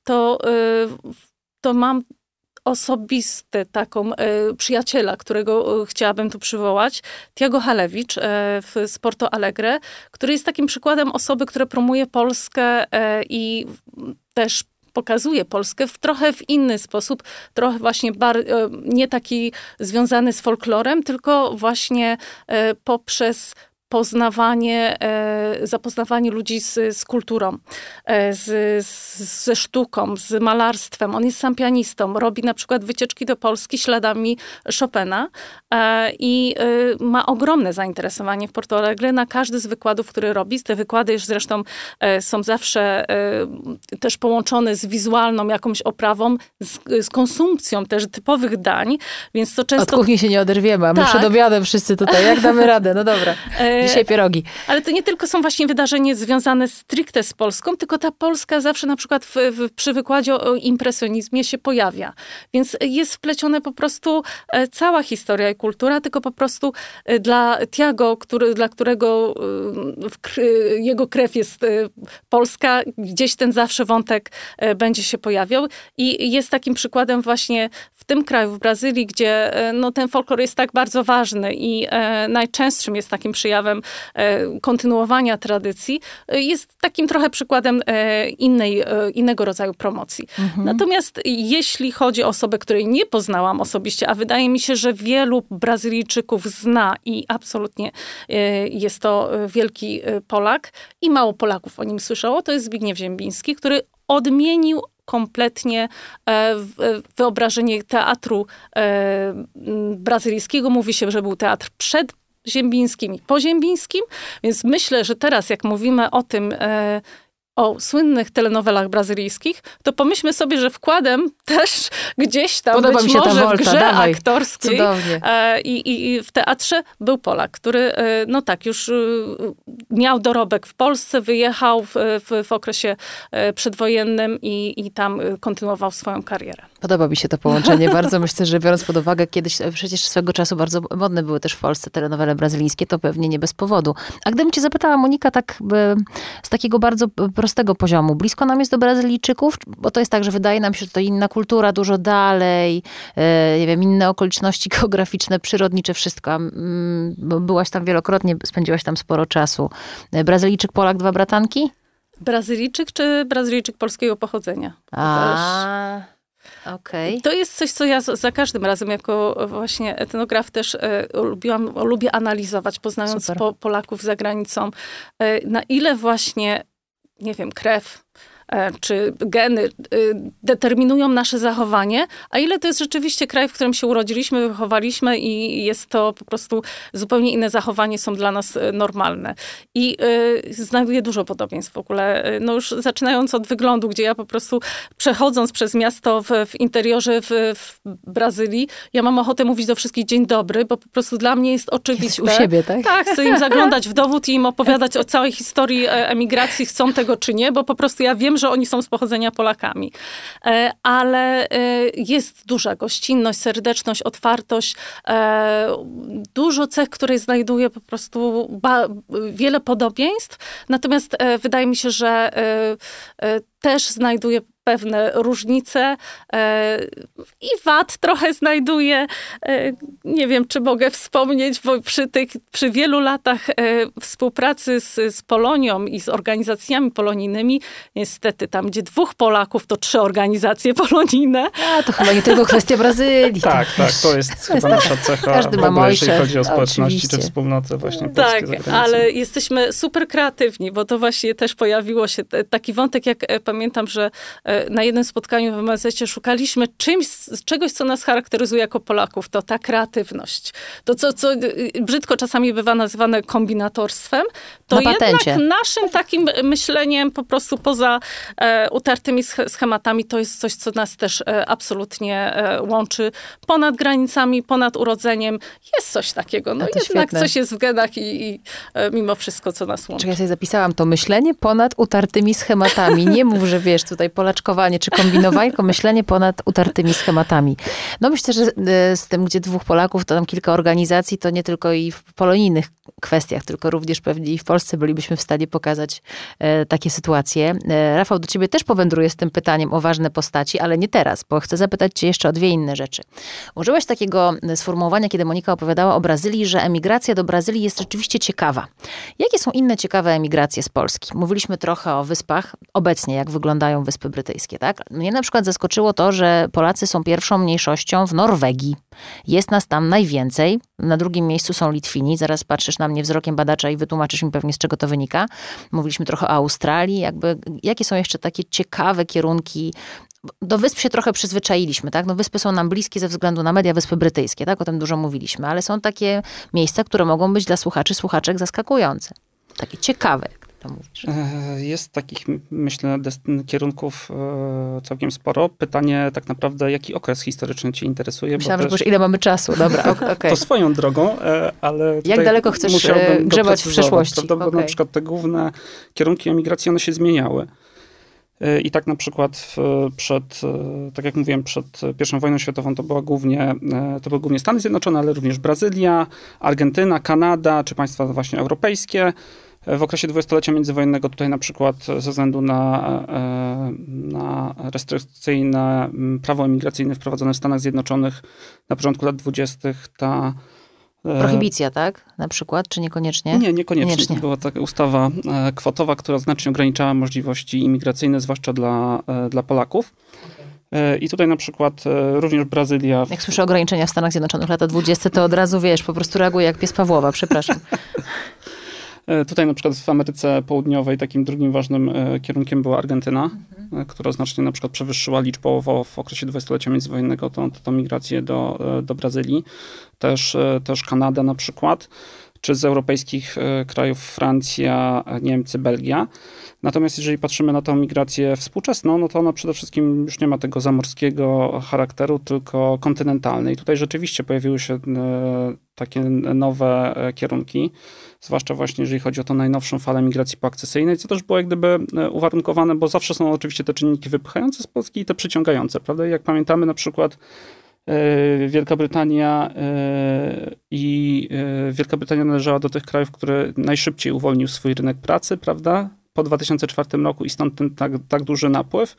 to mam osobisty taką przyjaciela, którego chciałabym tu przywołać, Tiago Halewicz z Porto Alegre, który jest takim przykładem osoby, która promuje Polskę i też pokazuje Polskę trochę w inny sposób, trochę właśnie nie taki związany z folklorem, tylko właśnie poprzez zapoznawanie ludzi z kulturą, ze sztuką, z malarstwem. On jest sam pianistą, robi na przykład wycieczki do Polski śladami Chopina i ma ogromne zainteresowanie w Porto Alegre na każdy z wykładów, który robi. Te wykłady już zresztą są zawsze też połączone z wizualną jakąś oprawą, z konsumpcją też typowych dań, więc to często... Od kuchni się nie oderwiemy, a my przed obiadem wszyscy tutaj, jak damy radę? No dobra. Dzisiaj pierogi. Ale to nie tylko są właśnie wydarzenia związane stricte z Polską, tylko ta Polska zawsze na przykład przy wykładzie o impresjonizmie się pojawia. Więc jest wplecione po prostu cała historia i kultura, tylko po prostu dla Tiago, dla którego jego krew jest polska, gdzieś ten zawsze wątek będzie się pojawiał. I jest takim przykładem właśnie w tym kraju, w Brazylii, gdzie ten folklor jest tak bardzo ważny i najczęstszym jest takim przejawem kontynuowania tradycji, jest takim trochę przykładem innego rodzaju promocji. Natomiast jeśli chodzi o osobę, której nie poznałam osobiście, a wydaje mi się, że wielu Brazylijczyków zna i absolutnie jest to wielki Polak i mało Polaków o nim słyszało, to jest Zbigniew Ziembiński, który odmienił kompletnie wyobrażenie teatru brazylijskiego. Mówi się, że był teatr przed Ziembińskim i po Ziembińskim, więc myślę, że teraz jak mówimy o tym, o słynnych telenowelach brazylijskich, to pomyślmy sobie, że wkładem też gdzieś tam Podoba być mi się może ta Volta, w grze dawaj. aktorskiej i w teatrze był Polak, który już miał dorobek w Polsce, wyjechał w okresie przedwojennym i tam kontynuował swoją karierę. Podoba mi się to połączenie bardzo. Myślę, że biorąc pod uwagę, kiedyś przecież swego czasu bardzo modne były też w Polsce telenowele brazylijskie, to pewnie nie bez powodu. A gdybym cię zapytała, Monika, tak z takiego bardzo prostego poziomu, blisko nam jest do Brazylijczyków? Bo to jest tak, że wydaje nam się, że to inna kultura, dużo dalej, nie wiem, inne okoliczności geograficzne, przyrodnicze, wszystko. Byłaś tam wielokrotnie, spędziłaś tam sporo czasu. Brazylijczyk, Polak, dwa bratanki? Brazylijczyk czy Brazylijczyk polskiego pochodzenia? Okej. To jest coś, co ja za każdym razem jako właśnie etnograf też lubię analizować, poznając Polaków za granicą. Na ile właśnie, nie wiem, krew czy geny determinują nasze zachowanie, a ile to jest rzeczywiście kraj, w którym się urodziliśmy, wychowaliśmy i jest to po prostu zupełnie inne zachowanie, są dla nas normalne. I znajduję dużo podobieństw w ogóle. No już zaczynając od wyglądu, gdzie ja po prostu przechodząc przez miasto w interiorze w Brazylii, ja mam ochotę mówić do wszystkich dzień dobry, bo po prostu dla mnie jest oczywiste. Jesteś u siebie, tak? Tak, chcę im zaglądać w dowód i im opowiadać o całej historii emigracji, chcą tego czy nie, bo po prostu ja wiem, że oni są z pochodzenia Polakami. Ale jest duża gościnność, serdeczność, otwartość, dużo cech, które znajduję po prostu wiele podobieństw. Natomiast wydaje mi się, że też znajduję pewne różnice i wad trochę znajduję. Nie wiem, czy mogę wspomnieć, bo przy wielu latach współpracy z Polonią i z organizacjami polonijnymi, niestety tam, gdzie 2 Polaków, to 3 organizacje polonijne. A, to chyba nie tylko kwestia Brazylii. Tak, to jest chyba nasza cecha każdy w ogóle, jeżeli chodzi o społeczności oczywiście. czy wspólnoty właśnie polskie Tak, za granicą. ale jesteśmy super kreatywni, bo to właśnie też pojawiło się taki wątek, jak pamiętam, że na jednym spotkaniu w MSZ szukaliśmy czegoś, co nas charakteryzuje jako Polaków. To ta kreatywność. To, co brzydko czasami bywa nazywane kombinatorstwem, to jednak naszym takim myśleniem po prostu poza utartymi schematami, to jest coś, co nas też absolutnie łączy ponad granicami, ponad urodzeniem. Jest coś takiego. No jednak świetne. Coś jest w genach i mimo wszystko, co nas łączy. Czekaj, ja sobie zapisałam to myślenie ponad utartymi schematami. Nie mów, że wiesz, tutaj polaczkowanie czy kombinowanie, tylko myślenie ponad utartymi schematami. No myślę, że z tym, gdzie 2 Polaków, to tam kilka organizacji, to nie tylko i polonijnych kwestiach, tylko również pewnie i w Polsce bylibyśmy w stanie pokazać takie sytuacje. Rafał, do ciebie też powędruję z tym pytaniem o ważne postaci, ale nie teraz, bo chcę zapytać cię jeszcze o dwie inne rzeczy. Użyłaś takiego sformułowania, kiedy Monika opowiadała o Brazylii, że emigracja do Brazylii jest rzeczywiście ciekawa. Jakie są inne ciekawe emigracje z Polski? Mówiliśmy trochę o wyspach, obecnie jak wyglądają Wyspy Brytyjskie, tak? Mnie na przykład zaskoczyło to, że Polacy są pierwszą mniejszością w Norwegii. Jest nas tam najwięcej. Na drugim miejscu są Litwini. Zaraz patrzysz na mnie wzrokiem badacza i wytłumaczysz mi pewnie, z czego to wynika. Mówiliśmy trochę o Australii. Jakie są jeszcze takie ciekawe kierunki? Do wysp się trochę przyzwyczailiśmy, tak? No wyspy są nam bliskie ze względu na media, Wyspy Brytyjskie, tak? O tym dużo mówiliśmy. Ale są takie miejsca, które mogą być dla słuchaczy, słuchaczek zaskakujące. Takie ciekawe. To mówisz. Jest takich, myślę, kierunków całkiem sporo. Pytanie tak naprawdę, jaki okres historyczny cię interesuje? Myślałam, że powiesz, ile mamy czasu. Dobra, okej. To swoją drogą, ale jak daleko chcesz grzebać w przeszłości? Prawda? Bo na przykład te główne kierunki emigracji, one się zmieniały. I tak na przykład tak jak mówiłem, przed I wojną światową to były głównie Stany Zjednoczone, ale również Brazylia, Argentyna, Kanada, czy państwa właśnie europejskie. W okresie dwudziestolecia międzywojennego tutaj na przykład ze względu na restrykcyjne prawo emigracyjne wprowadzone w Stanach Zjednoczonych na początku lat 20. Prohibicja, tak? Na przykład, czy niekoniecznie? Nie, niekoniecznie. Była taka ustawa kwotowa, która znacznie ograniczała możliwości imigracyjne, zwłaszcza dla Polaków. I tutaj na przykład również Brazylia... Jak słyszę ograniczenia w Stanach Zjednoczonych lata 20, to od razu wiesz, po prostu reaguję jak pies Pawłowa, przepraszam. Tutaj na przykład w Ameryce Południowej takim drugim ważnym kierunkiem była Argentyna, która znacznie na przykład przewyższyła liczbowo w okresie dwudziestolecia międzywojennego tą migrację do Brazylii. Też Kanada na przykład, czy z europejskich krajów Francja, Niemcy, Belgia. Natomiast jeżeli patrzymy na tą migrację współczesną, no to ona przede wszystkim już nie ma tego zamorskiego charakteru, tylko kontynentalnej. Tutaj rzeczywiście pojawiły się takie nowe kierunki, zwłaszcza właśnie jeżeli chodzi o tą najnowszą falę migracji poakcesyjnej, co też było jak gdyby uwarunkowane, bo zawsze są oczywiście te czynniki wypychające z Polski i te przyciągające, prawda? Jak pamiętamy na przykład Wielka Brytania należała do tych krajów, które najszybciej uwolnił swój rynek pracy, prawda? Po 2004 roku i stąd ten tak duży napływ.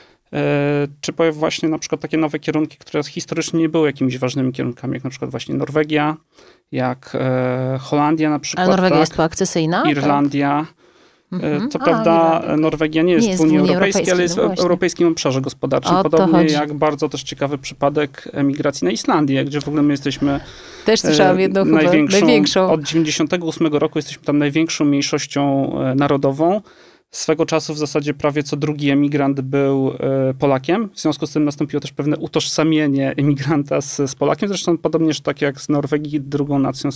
Czy właśnie na przykład takie nowe kierunki, które historycznie nie były jakimiś ważnymi kierunkami, jak na przykład właśnie Norwegia, jak Holandia na przykład. Ale Norwegia jest poakcesyjna? Irlandia. Co prawda Norwegia nie jest w Unii Europejskiej, ale jest w europejskim obszarze gospodarczym. Podobnie jak bardzo też ciekawy przypadek emigracji na Islandię, gdzie w ogóle my jesteśmy też słyszałam jedną największą. Od 98 roku jesteśmy tam największą mniejszością narodową. Swego czasu w zasadzie prawie co drugi emigrant był Polakiem. W związku z tym nastąpiło też pewne utożsamienie emigranta z Polakiem. Zresztą podobnież tak jak z Norwegii, drugą nacją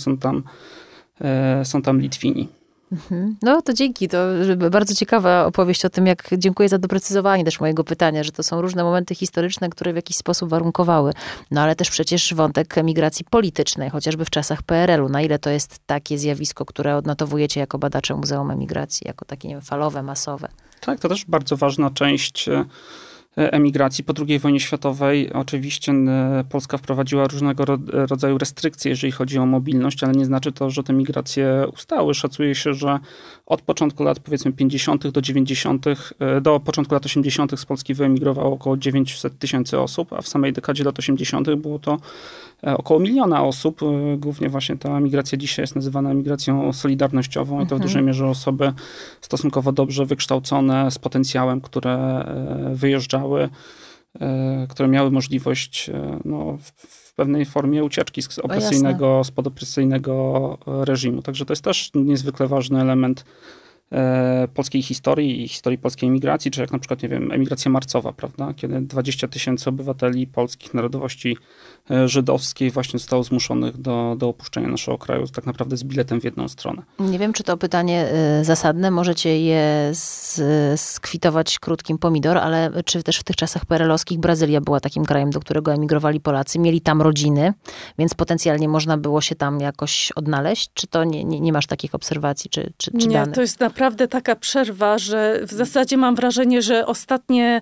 są tam Litwini. No to dzięki, to bardzo ciekawa opowieść o tym, dziękuję za doprecyzowanie też mojego pytania, że to są różne momenty historyczne, które w jakiś sposób warunkowały. No ale też przecież wątek emigracji politycznej, chociażby w czasach PRL-u. Na ile to jest takie zjawisko, które odnotowujecie jako badacze Muzeum Emigracji, jako takie, nie wiem, falowe, masowe? Tak, to też bardzo ważna część emigracji. Po II wojnie światowej oczywiście Polska wprowadziła różnego rodzaju restrykcje, jeżeli chodzi o mobilność, ale nie znaczy to, że te migracje ustały. Szacuje się, że od początku lat powiedzmy 50. do 90. do początku lat 80. z Polski wyemigrowało około 900 000 osób, a w samej dekadzie lat 80. było to około 1 000 000 osób. Głównie właśnie ta migracja dzisiaj jest nazywana migracją solidarnościową i to w dużej mierze osoby stosunkowo dobrze wykształcone, z potencjałem, które wyjeżdżały, które miały możliwość w pewnej formie ucieczki spod opresyjnego reżimu. Także to jest też niezwykle ważny element polskiej historii i historii polskiej emigracji, czy jak na przykład, nie wiem, emigracja marcowa, prawda? Kiedy 20 000 obywateli polskich narodowości żydowskiej właśnie zostało zmuszonych do opuszczenia naszego kraju tak naprawdę z biletem w jedną stronę. Nie wiem, czy to pytanie zasadne, możecie je skwitować krótkim pomidor, ale czy też w tych czasach PRL-owskich Brazylia była takim krajem, do którego emigrowali Polacy, mieli tam rodziny, więc potencjalnie można było się tam jakoś odnaleźć? Czy to nie masz takich obserwacji, czy nie, danych? to jest naprawdę taka przerwa, że w zasadzie mam wrażenie, że ostatnie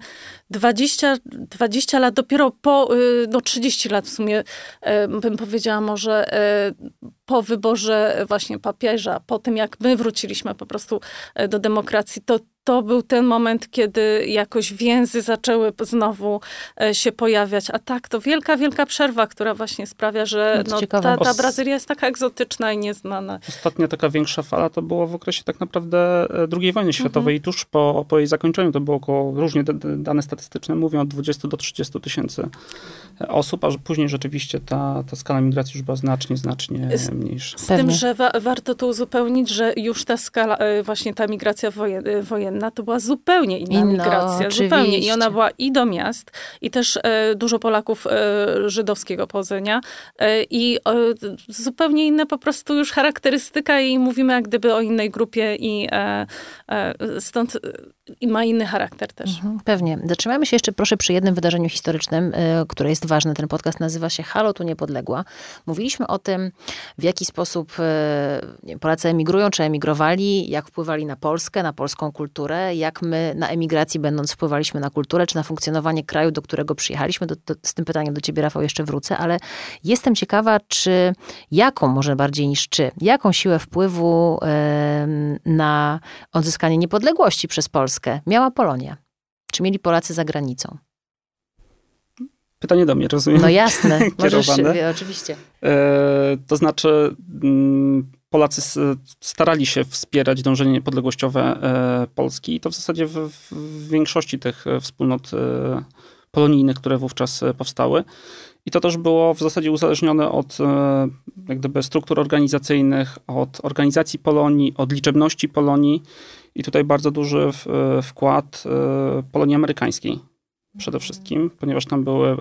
20 lat, dopiero po, 30 lat w sumie, bym powiedziała może, po wyborze właśnie papieża, po tym jak my wróciliśmy po prostu do demokracji, to był ten moment, kiedy jakoś więzy zaczęły znowu się pojawiać. A tak, to wielka, wielka przerwa, która właśnie sprawia, że ta Brazylia jest taka egzotyczna i nieznana. Ostatnia taka większa fala to było w okresie tak naprawdę II wojny światowej. I tuż po jej zakończeniu to było około, różnie dane statystyczne mówią, od 20 do 30 tysięcy osób, a później rzeczywiście ta skala migracji już była znacznie mniejsza. Z tym, że warto tu uzupełnić, że już ta skala, właśnie ta migracja wojenna, to była zupełnie inna migracja. Zupełnie. I ona była i do miast, i też dużo Polaków żydowskiego pochodzenia. I zupełnie inna po prostu już charakterystyka i mówimy jak gdyby o innej grupie i stąd i ma inny charakter też. Pewnie. Zatrzymajmy się jeszcze proszę przy jednym wydarzeniu historycznym, które jest ważne. Ten podcast nazywa się Halo, tu niepodległa. Mówiliśmy o tym, w jaki sposób Polacy emigrują, czy emigrowali, jak wpływali na Polskę, na polską kulturę, jak my na emigracji będąc wpływaliśmy na kulturę, czy na funkcjonowanie kraju, do którego przyjechaliśmy. Z tym pytaniem do ciebie, Rafał, jeszcze wrócę, ale jestem ciekawa, jaką siłę wpływu na odzyskanie niepodległości przez Polskę miała Polonia? Czy mieli Polacy za granicą? Pytanie do mnie, rozumiem? No jasne, możesz, oczywiście. To znaczy Polacy starali się wspierać dążenie niepodległościowe Polski i to w zasadzie w większości tych wspólnot polonijnych, które wówczas powstały. I to też było w zasadzie uzależnione od jak gdyby struktur organizacyjnych, od organizacji Polonii, od liczebności Polonii. I tutaj bardzo duży wkład Polonii amerykańskiej przede wszystkim, ponieważ tam były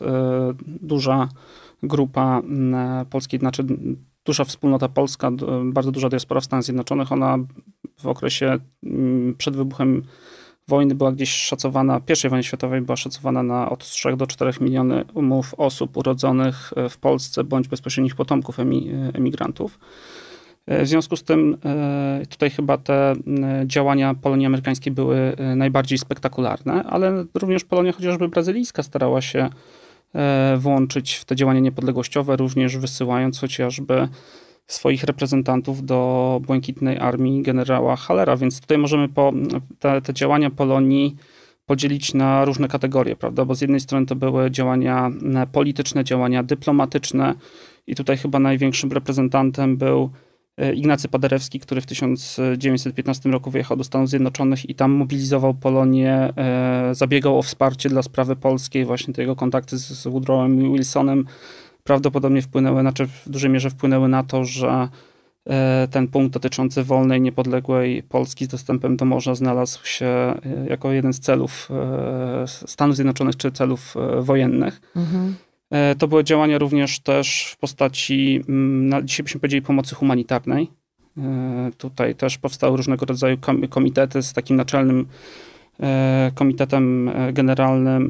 duża grupa polskiej, znaczy duża wspólnota polska, bardzo duża diaspora w Stanach Zjednoczonych. Ona w okresie przed wybuchem wojny była gdzieś szacowana, I wojny światowej była szacowana na od 3 do 4 milionów osób urodzonych w Polsce bądź bezpośrednich potomków emigrantów. W związku z tym tutaj chyba te działania Polonii amerykańskiej były najbardziej spektakularne, ale również Polonia chociażby brazylijska starała się włączyć w te działania niepodległościowe, również wysyłając chociażby swoich reprezentantów do Błękitnej Armii generała Hallera, więc tutaj możemy te działania Polonii podzielić na różne kategorie, prawda? Bo z jednej strony to były działania polityczne, działania dyplomatyczne i tutaj chyba największym reprezentantem był Ignacy Paderewski, który w 1915 roku wyjechał do Stanów Zjednoczonych i tam mobilizował Polonię, zabiegał o wsparcie dla sprawy polskiej, właśnie te jego kontakty z Woodrowem i Wilsonem prawdopodobnie w dużej mierze wpłynęły na to, że ten punkt dotyczący wolnej, niepodległej Polski z dostępem do morza znalazł się jako jeden z celów Stanów Zjednoczonych czy celów wojennych. To były działania również też w postaci, dzisiaj byśmy powiedzieli, pomocy humanitarnej. Tutaj też powstały różnego rodzaju komitety z takim naczelnym komitetem generalnym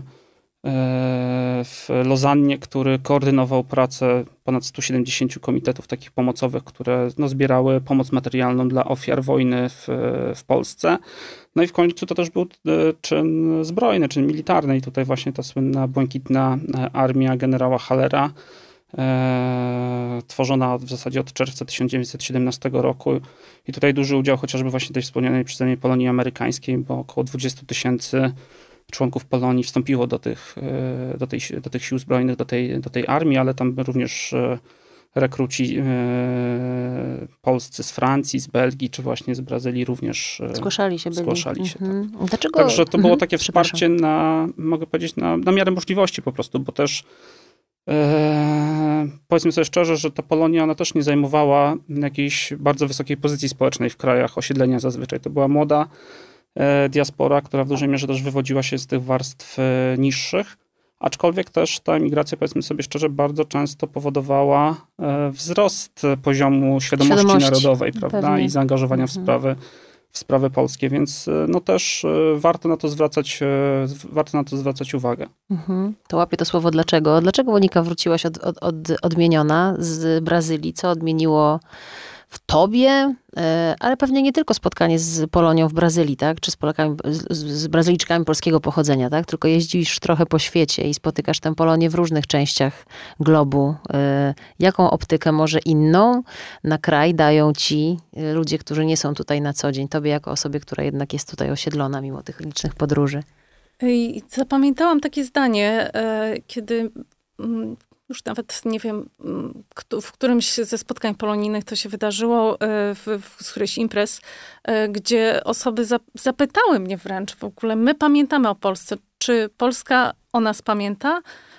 w Lozannie, który koordynował pracę ponad 170 komitetów takich pomocowych, które zbierały pomoc materialną dla ofiar wojny w Polsce. No i w końcu to też był czyn zbrojny, czyn militarny i tutaj właśnie ta słynna Błękitna Armia generała Hallera, tworzona w zasadzie od czerwca 1917 roku i tutaj duży udział chociażby właśnie tej wspomnianej przeze mnie Polonii amerykańskiej, bo około 20 000 członków Polonii wstąpiło do tych sił zbrojnych, do tej armii, ale tam również rekruci polscy z Francji, z Belgii, czy właśnie z Brazylii również zgłaszali się. Tak. Dlaczego? Także to było takie wsparcie mogę powiedzieć, na miarę możliwości po prostu, bo też powiedzmy sobie szczerze, że ta Polonia, ona też nie zajmowała jakiejś bardzo wysokiej pozycji społecznej w krajach osiedlenia zazwyczaj. To była młoda diaspora, która w dużej mierze też wywodziła się z tych warstw niższych, aczkolwiek też ta emigracja, powiedzmy sobie szczerze, bardzo często powodowała wzrost poziomu świadomości narodowej, prawda, pewnie. I zaangażowania w sprawy polskie, więc no też warto na to zwracać uwagę. To łapię to słowo dlaczego. Dlaczego Monika wróciłaś odmieniona z Brazylii? Co odmieniło w tobie, ale pewnie nie tylko spotkanie z Polonią w Brazylii, tak? Czy z Polakami, z Brazylijczykami polskiego pochodzenia, tak? Tylko jeździsz trochę po świecie i spotykasz tę Polonię w różnych częściach globu. Jaką optykę może inną na kraj dają ci ludzie, którzy nie są tutaj na co dzień? Tobie jako osobie, która jednak jest tutaj osiedlona mimo tych licznych podróży. I zapamiętałam takie zdanie, kiedy już nawet nie wiem, w którymś ze spotkań polonijnych to się wydarzyło, w którejś imprez, gdzie osoby zapytały mnie wręcz w ogóle, my pamiętamy o Polsce, czy Polska o nas pamięta?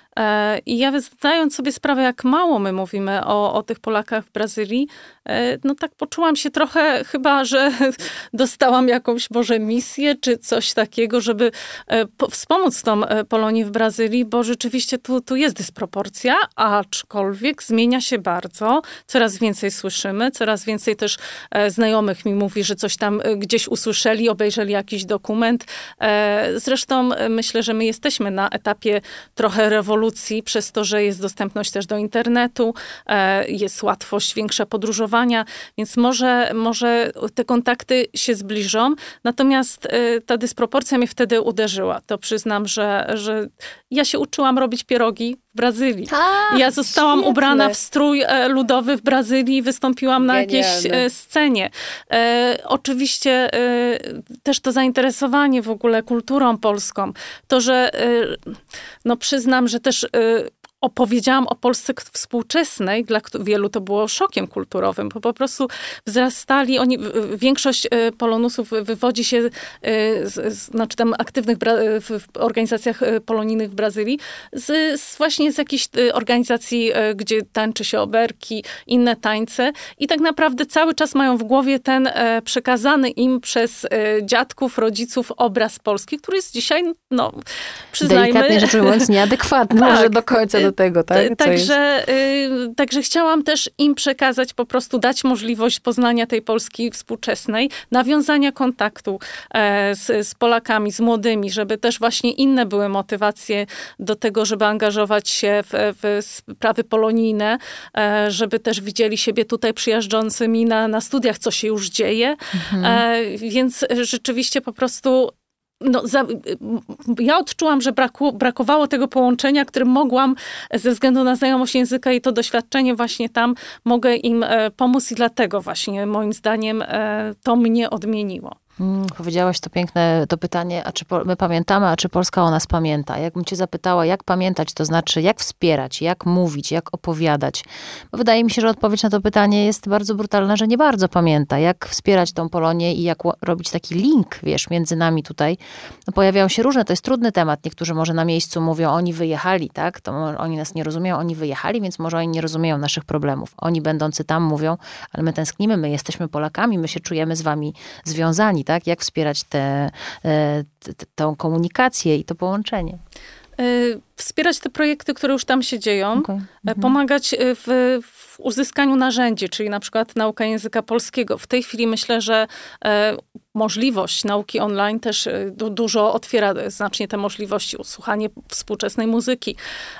I ja zdając sobie sprawę, jak mało my mówimy o tych Polakach w Brazylii, no tak poczułam się trochę chyba, że dostałam jakąś może misję, czy coś takiego, żeby wspomóc tą Polonię w Brazylii, bo rzeczywiście tu jest dysproporcja, aczkolwiek zmienia się bardzo. Coraz więcej słyszymy, coraz więcej też znajomych mi mówi, że coś tam gdzieś usłyszeli, obejrzeli jakiś dokument. Zresztą myślę, że my jesteśmy na etapie trochę rewolucji, przez to, że jest dostępność też do internetu, jest łatwość większa podróżowania, więc może te kontakty się zbliżą. Natomiast ta dysproporcja mnie wtedy uderzyła. To przyznam, że ja się uczyłam robić pierogi w Brazylii. Ja zostałam ubrana w strój ludowy w Brazylii i wystąpiłam na jakiejś scenie. Oczywiście też to zainteresowanie w ogóle kulturą polską. To, że no przyznam, że też opowiedziałam o Polsce współczesnej, dla wielu to było szokiem kulturowym, bo po prostu wzrastali oni, większość polonusów wywodzi się, znaczy tam aktywnych w organizacjach polonijnych w Brazylii, właśnie z jakichś organizacji, gdzie tańczy się oberki, inne tańce i tak naprawdę cały czas mają w głowie ten przekazany im przez dziadków, rodziców obraz Polski, który jest dzisiaj, no przyznajmy... Delikatnie rzecz ujmując nieadekwatny może do końca do tego, tak? Także chciałam też im przekazać, po prostu dać możliwość poznania tej Polski współczesnej, nawiązania kontaktu z Polakami, z młodymi, żeby też właśnie inne były motywacje do tego, żeby angażować się w sprawy polonijne, żeby też widzieli siebie tutaj przyjeżdżącymi na studiach, co się już dzieje. Więc rzeczywiście po prostu ja odczułam, że brakowało tego połączenia, którym mogłam ze względu na znajomość języka i to doświadczenie właśnie tam mogę im pomóc i dlatego właśnie moim zdaniem to mnie odmieniło. Powiedziałaś to piękne, to pytanie, a czy my pamiętamy, a czy Polska o nas pamięta? Jakbym cię zapytała, jak pamiętać, to znaczy jak wspierać, jak mówić, jak opowiadać? Bo wydaje mi się, że odpowiedź na to pytanie jest bardzo brutalna, że nie bardzo pamięta. Jak wspierać tą Polonię i jak robić taki link, wiesz, między nami tutaj. No, pojawiają się różne, to jest trudny temat. Niektórzy może na miejscu mówią, oni wyjechali, tak? To oni nas nie rozumieją, oni wyjechali, więc może oni nie rozumieją naszych problemów. Oni będący tam mówią, ale my tęsknimy, my jesteśmy Polakami, my się czujemy z wami związani. Tak? Jak wspierać tą komunikację i to połączenie? Wspierać te projekty, które już tam się dzieją, pomagać w uzyskaniu narzędzi, czyli na przykład nauka języka polskiego. W tej chwili myślę, że możliwość nauki online też dużo otwiera znacznie te możliwości, słuchanie współczesnej muzyki.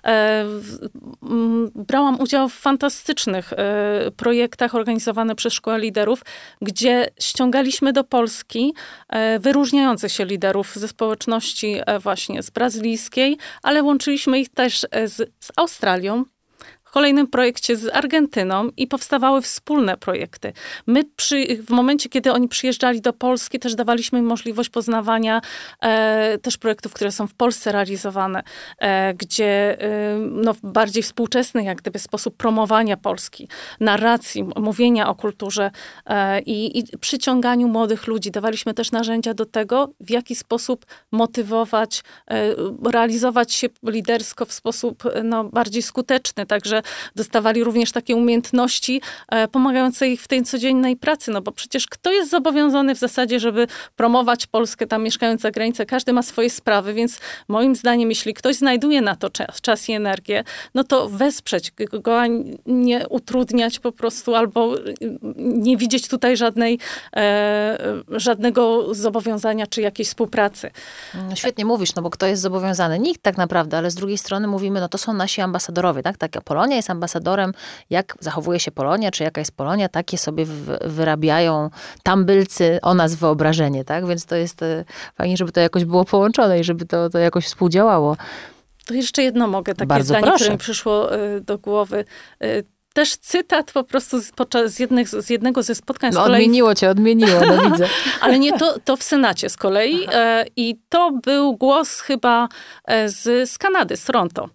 Brałam udział w fantastycznych projektach organizowanych przez Szkołę Liderów, gdzie ściągaliśmy do Polski wyróżniających się liderów ze społeczności właśnie z brazylijskiej, ale łączyliśmy ich też z Australią, w kolejnym projekcie z Argentyną i powstawały wspólne projekty. My w momencie, kiedy oni przyjeżdżali do Polski, też dawaliśmy im możliwość poznawania też projektów, które są w Polsce realizowane, gdzie w bardziej współczesny jak gdyby sposób promowania Polski, narracji, mówienia o kulturze i przyciąganiu młodych ludzi. Dawaliśmy też narzędzia do tego, w jaki sposób motywować, realizować się lidersko w sposób bardziej skuteczny. Także dostawali również takie umiejętności pomagające ich w tej codziennej pracy, bo przecież kto jest zobowiązany w zasadzie, żeby promować Polskę tam mieszkając za granicą? Każdy ma swoje sprawy, więc moim zdaniem, jeśli ktoś znajduje na to czas i energię, no to wesprzeć go, a nie utrudniać po prostu, albo nie widzieć tutaj żadnego zobowiązania czy jakiejś współpracy. No świetnie mówisz, bo kto jest zobowiązany? Nikt tak naprawdę, ale z drugiej strony mówimy, to są nasi ambasadorowie, tak? Taka Polonia Polonia jest ambasadorem, jak zachowuje się Polonia, czy jaka jest Polonia, takie sobie wyrabiają tambylcy o nas wyobrażenie, tak? Więc to jest fajnie, żeby to jakoś było połączone i żeby to jakoś współdziałało. To jeszcze jedno mogę, takie Bardzo zdanie, proszę. które mi przyszło do głowy. Też cytat po prostu z jednego ze spotkań z kolei. Odmieniło, no widzę. Ale nie, to w Senacie z kolei. I to był głos chyba z Kanady, z Toronto,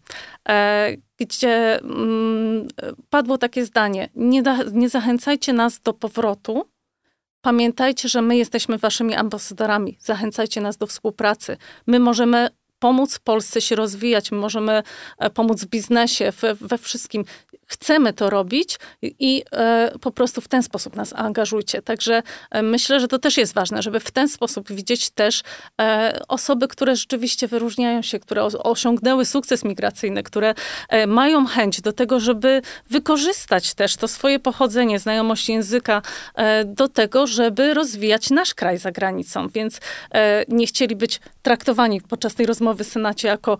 gdzie padło takie zdanie: nie zachęcajcie nas do powrotu. Pamiętajcie, że my jesteśmy waszymi ambasadorami. Zachęcajcie nas do współpracy. My możemy pomóc Polsce się rozwijać, my możemy pomóc w biznesie, we wszystkim. Chcemy to robić i po prostu w ten sposób nas angażujcie. Także myślę, że to też jest ważne, żeby w ten sposób widzieć też osoby, które rzeczywiście wyróżniają się, które osiągnęły sukces migracyjny, które mają chęć do tego, żeby wykorzystać też to swoje pochodzenie, znajomość języka do tego, żeby rozwijać nasz kraj za granicą. Więc nie chcieli być traktowani podczas tej rozmowy w Senacie jako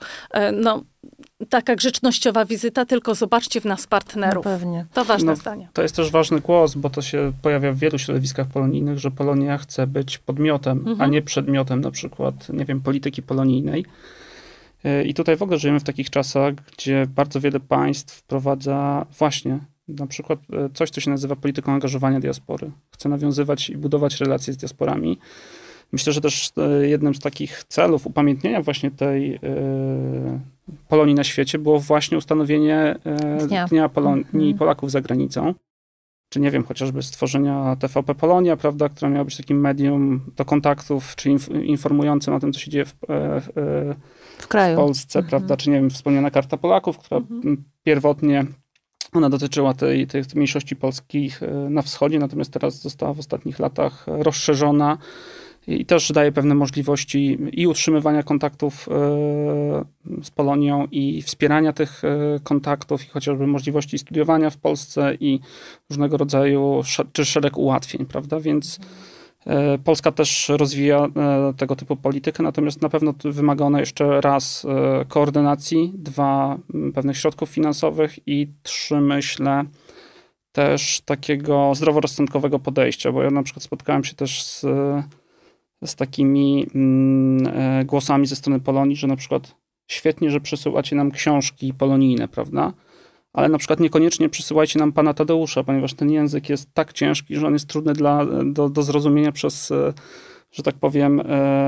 taka grzecznościowa wizyta, tylko zobaczcie w nas partnerów. No pewnie. To ważne zdanie. To jest też ważny głos, bo to się pojawia w wielu środowiskach polonijnych, że Polonia chce być podmiotem, a nie przedmiotem na przykład, nie wiem, polityki polonijnej. I tutaj w ogóle żyjemy w takich czasach, gdzie bardzo wiele państw wprowadza właśnie na przykład coś, co się nazywa polityką angażowania diaspory. Chce nawiązywać i budować relacje z diasporami. Myślę, że też jednym z takich celów upamiętnienia właśnie tej Polonii na świecie było właśnie ustanowienie Dnia Polonii i Polaków za granicą. Czy nie wiem, chociażby stworzenia TVP Polonia, prawda, która miała być takim medium do kontaktów, czy informującym o tym, co się dzieje w kraju. W Polsce, prawda, czy nie wiem, wspomniana Karta Polaków, która pierwotnie ona dotyczyła tej mniejszości polskich na wschodzie, natomiast teraz została w ostatnich latach rozszerzona i też daje pewne możliwości i utrzymywania kontaktów z Polonią i wspierania tych kontaktów i chociażby możliwości studiowania w Polsce i różnego rodzaju czy szereg ułatwień, prawda, więc Polska też rozwija tego typu politykę, natomiast na pewno wymaga ona jeszcze raz koordynacji, 2 pewnych środków finansowych i 3, myślę, też takiego zdroworozsądkowego podejścia, bo ja na przykład spotkałem się też z takimi głosami ze strony Polonii, że na przykład świetnie, że przesyłacie nam książki polonijne, prawda? Ale na przykład niekoniecznie przysyłajcie nam pana Tadeusza, ponieważ ten język jest tak ciężki, że on jest trudny do zrozumienia przez, że tak powiem,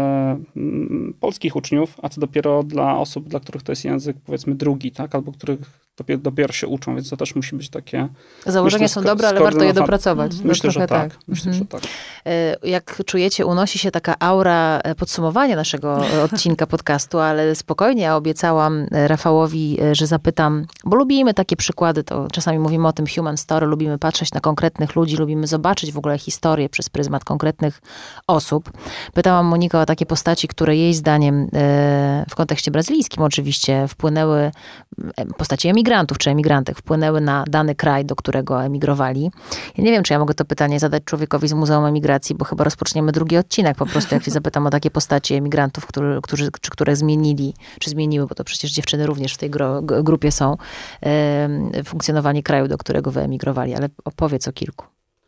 polskich uczniów, a co dopiero dla osób, dla których to jest język, powiedzmy, drugi, tak? Albo których dopiero się uczą, więc to też musi być takie... Założenia są dobre, ale warto je dopracować. Myślę, że tak. Myślę, że tak. Jak czujecie, unosi się taka aura podsumowania naszego odcinka podcastu, ale spokojnie, ja obiecałam Rafałowi, że zapytam, bo lubimy takie przykłady, to czasami mówimy o tym human story, lubimy patrzeć na konkretnych ludzi, lubimy zobaczyć w ogóle historię przez pryzmat konkretnych osób. Pytałam Monikę o takie postaci, które jej zdaniem w kontekście brazylijskim oczywiście wpłynęły, postaci emigrantów czy emigrantek wpłynęły na dany kraj, do którego emigrowali. Ja nie wiem, czy ja mogę to pytanie zadać człowiekowi z Muzeum Emigracji, bo chyba rozpoczniemy drugi odcinek po prostu, jak się zapytam o takie postaci emigrantów, które zmienili, czy zmieniły, bo to przecież dziewczyny również w tej grupie są, funkcjonowanie kraju, do którego wyemigrowali, ale opowiedz o kilku.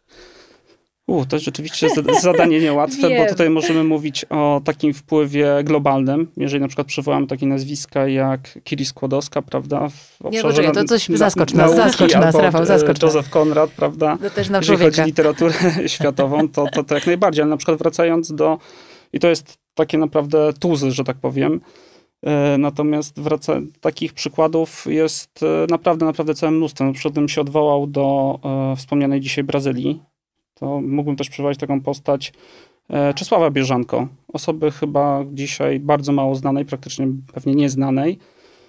To jest rzeczywiście zadanie niełatwe, bo tutaj możemy mówić o takim wpływie globalnym. Jeżeli na przykład przywołamy takie nazwiska jak Kiri Skłodowska, prawda? Nie, poczekaj, to coś zaskocz nas, Rafał, zaskocz nas. Józef Konrad, prawda? To też na Jeżeli człowieka. chodzi o literaturę światową, to jak najbardziej, ale na przykład wracając i to jest takie naprawdę tuzy, że tak powiem. Natomiast takich przykładów jest naprawdę całe mnóstwo. Na przykład bym się odwołał do wspomnianej dzisiaj Brazylii. To mógłbym też przywołać taką postać Czesława Bieżanko. Osoby chyba dzisiaj bardzo mało znanej, praktycznie pewnie nieznanej.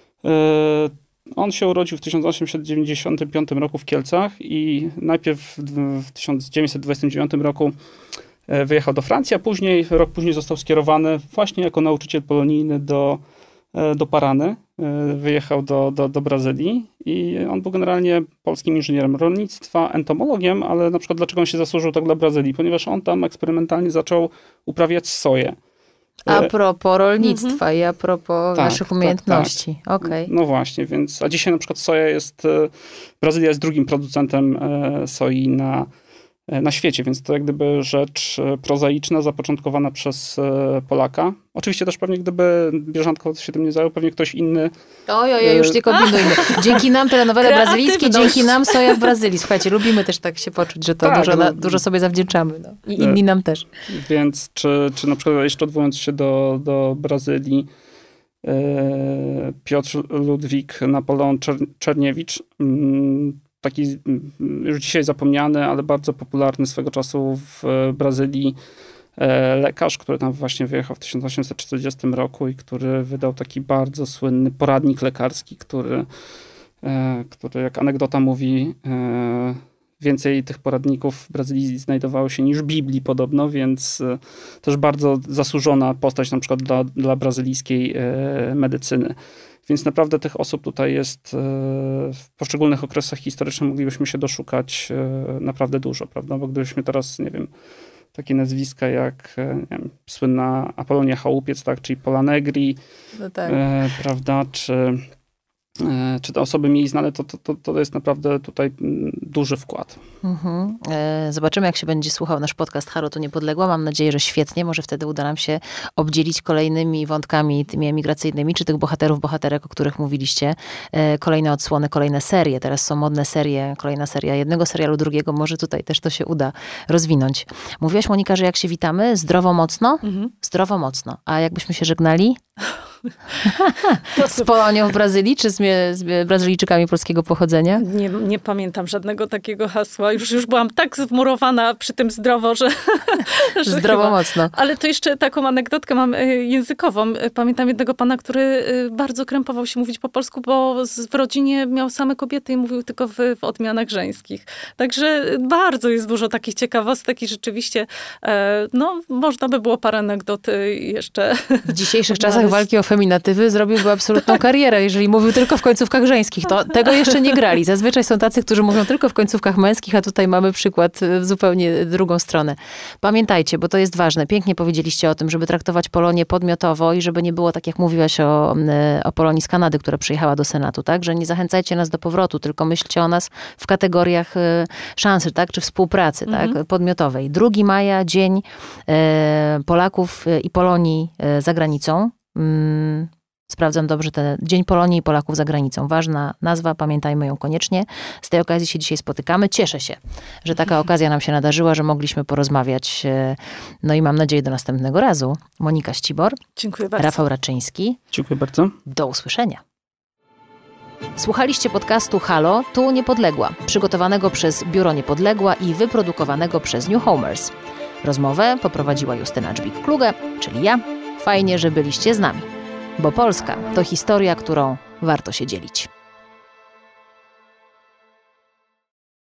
On się urodził w 1895 roku w Kielcach i najpierw w 1929 roku wyjechał do Francji, a rok później został skierowany właśnie jako nauczyciel polonijny do Parany. Wyjechał do Brazylii i on był generalnie polskim inżynierem rolnictwa, entomologiem, ale na przykład dlaczego on się zasłużył tak dla Brazylii? Ponieważ on tam eksperymentalnie zaczął uprawiać soję. A propos rolnictwa i a propos naszych umiejętności. Tak. Okay. No właśnie, więc a dzisiaj na przykład soja Brazylia jest drugim producentem soi na świecie, więc to jak gdyby rzecz prozaiczna, zapoczątkowana przez Polaka. Oczywiście też pewnie gdyby Bieżątko się tym nie zajął, pewnie ktoś inny... Oj, już nie kombinujmy. Dzięki nam telenowele brazylijskie, dzięki nam soja w Brazylii. Słuchajcie, lubimy też tak się poczuć, że to dużo sobie zawdzięczamy. No. I inni nam też. Więc czy na przykład jeszcze odwołując się do Brazylii, Piotr Ludwik Napoleon Czerniewicz, taki już dzisiaj zapomniany, ale bardzo popularny swego czasu w Brazylii lekarz, który tam właśnie wyjechał w 1840 roku i który wydał taki bardzo słynny poradnik lekarski, który jak anegdota mówi, więcej tych poradników w Brazylii znajdowało się niż Biblii podobno, więc też bardzo zasłużona postać na przykład dla brazylijskiej medycyny. Więc naprawdę tych osób tutaj jest w poszczególnych okresach historycznych moglibyśmy się doszukać naprawdę dużo, prawda? Bo gdybyśmy teraz, nie wiem, takie nazwiska jak nie wiem, słynna Apolonia Chałupiec, tak, czyli Pola Negri, no tak. Prawda, czy te osoby mniej znane, to jest naprawdę tutaj duży wkład. Mhm. Zobaczymy, jak się będzie słuchał nasz podcast Halo, tu Niepodległa. Mam nadzieję, że świetnie. Może wtedy uda nam się obdzielić kolejnymi wątkami tymi emigracyjnymi, czy tych bohaterów, bohaterek, o których mówiliście. Kolejne odsłony, kolejne serie. Teraz są modne serie, kolejna seria jednego serialu, drugiego. Może tutaj też to się uda rozwinąć. Mówiłaś, Monika, że jak się witamy? Zdrowo, mocno? Mhm. Zdrowo, mocno. A jakbyśmy się żegnali? Z Polonią w Brazylii, czy z Brazylijczykami polskiego pochodzenia? Nie pamiętam żadnego takiego hasła. Już byłam tak wmurowana przy tym zdrowo, że zdrowo chyba. Mocno. Ale to jeszcze taką anegdotkę mam językową. Pamiętam jednego pana, który bardzo krępował się mówić po polsku, bo w rodzinie miał same kobiety i mówił tylko w odmianach żeńskich. Także bardzo jest dużo takich ciekawostek i rzeczywiście można by było parę anegdot jeszcze. W dzisiejszych czasach walki o feminatywy zrobiłby absolutną karierę, jeżeli mówił tylko w końcówkach żeńskich. To tego jeszcze nie grali. Zazwyczaj są tacy, którzy mówią tylko w końcówkach męskich, a tutaj mamy przykład w zupełnie drugą stronę. Pamiętajcie, bo to jest ważne. Pięknie powiedzieliście o tym, żeby traktować Polonię podmiotowo i żeby nie było tak, jak mówiłaś o Polonii z Kanady, która przyjechała do Senatu, tak? Że nie zachęcajcie nas do powrotu, tylko myślcie o nas w kategoriach szansy, tak? Czy współpracy, tak? Podmiotowej. 2 maja, Dzień Polaków i Polonii za granicą. Sprawdzam dobrze, Dzień Polonii i Polaków za granicą. Ważna nazwa, pamiętajmy ją koniecznie. Z tej okazji się dzisiaj spotykamy. Cieszę się, że taka okazja nam się nadarzyła, że mogliśmy porozmawiać. No i mam nadzieję do następnego razu. Monika Ścibor. Dziękuję bardzo. Rafał Raczyński. Dziękuję bardzo. Do usłyszenia. Słuchaliście podcastu Halo, tu Niepodległa, przygotowanego przez Biuro Niepodległa i wyprodukowanego przez New Homers. Rozmowę poprowadziła Justyna Dżbik-Kluge, czyli ja. Fajnie, że byliście z nami, bo Polska to historia, którą warto się dzielić.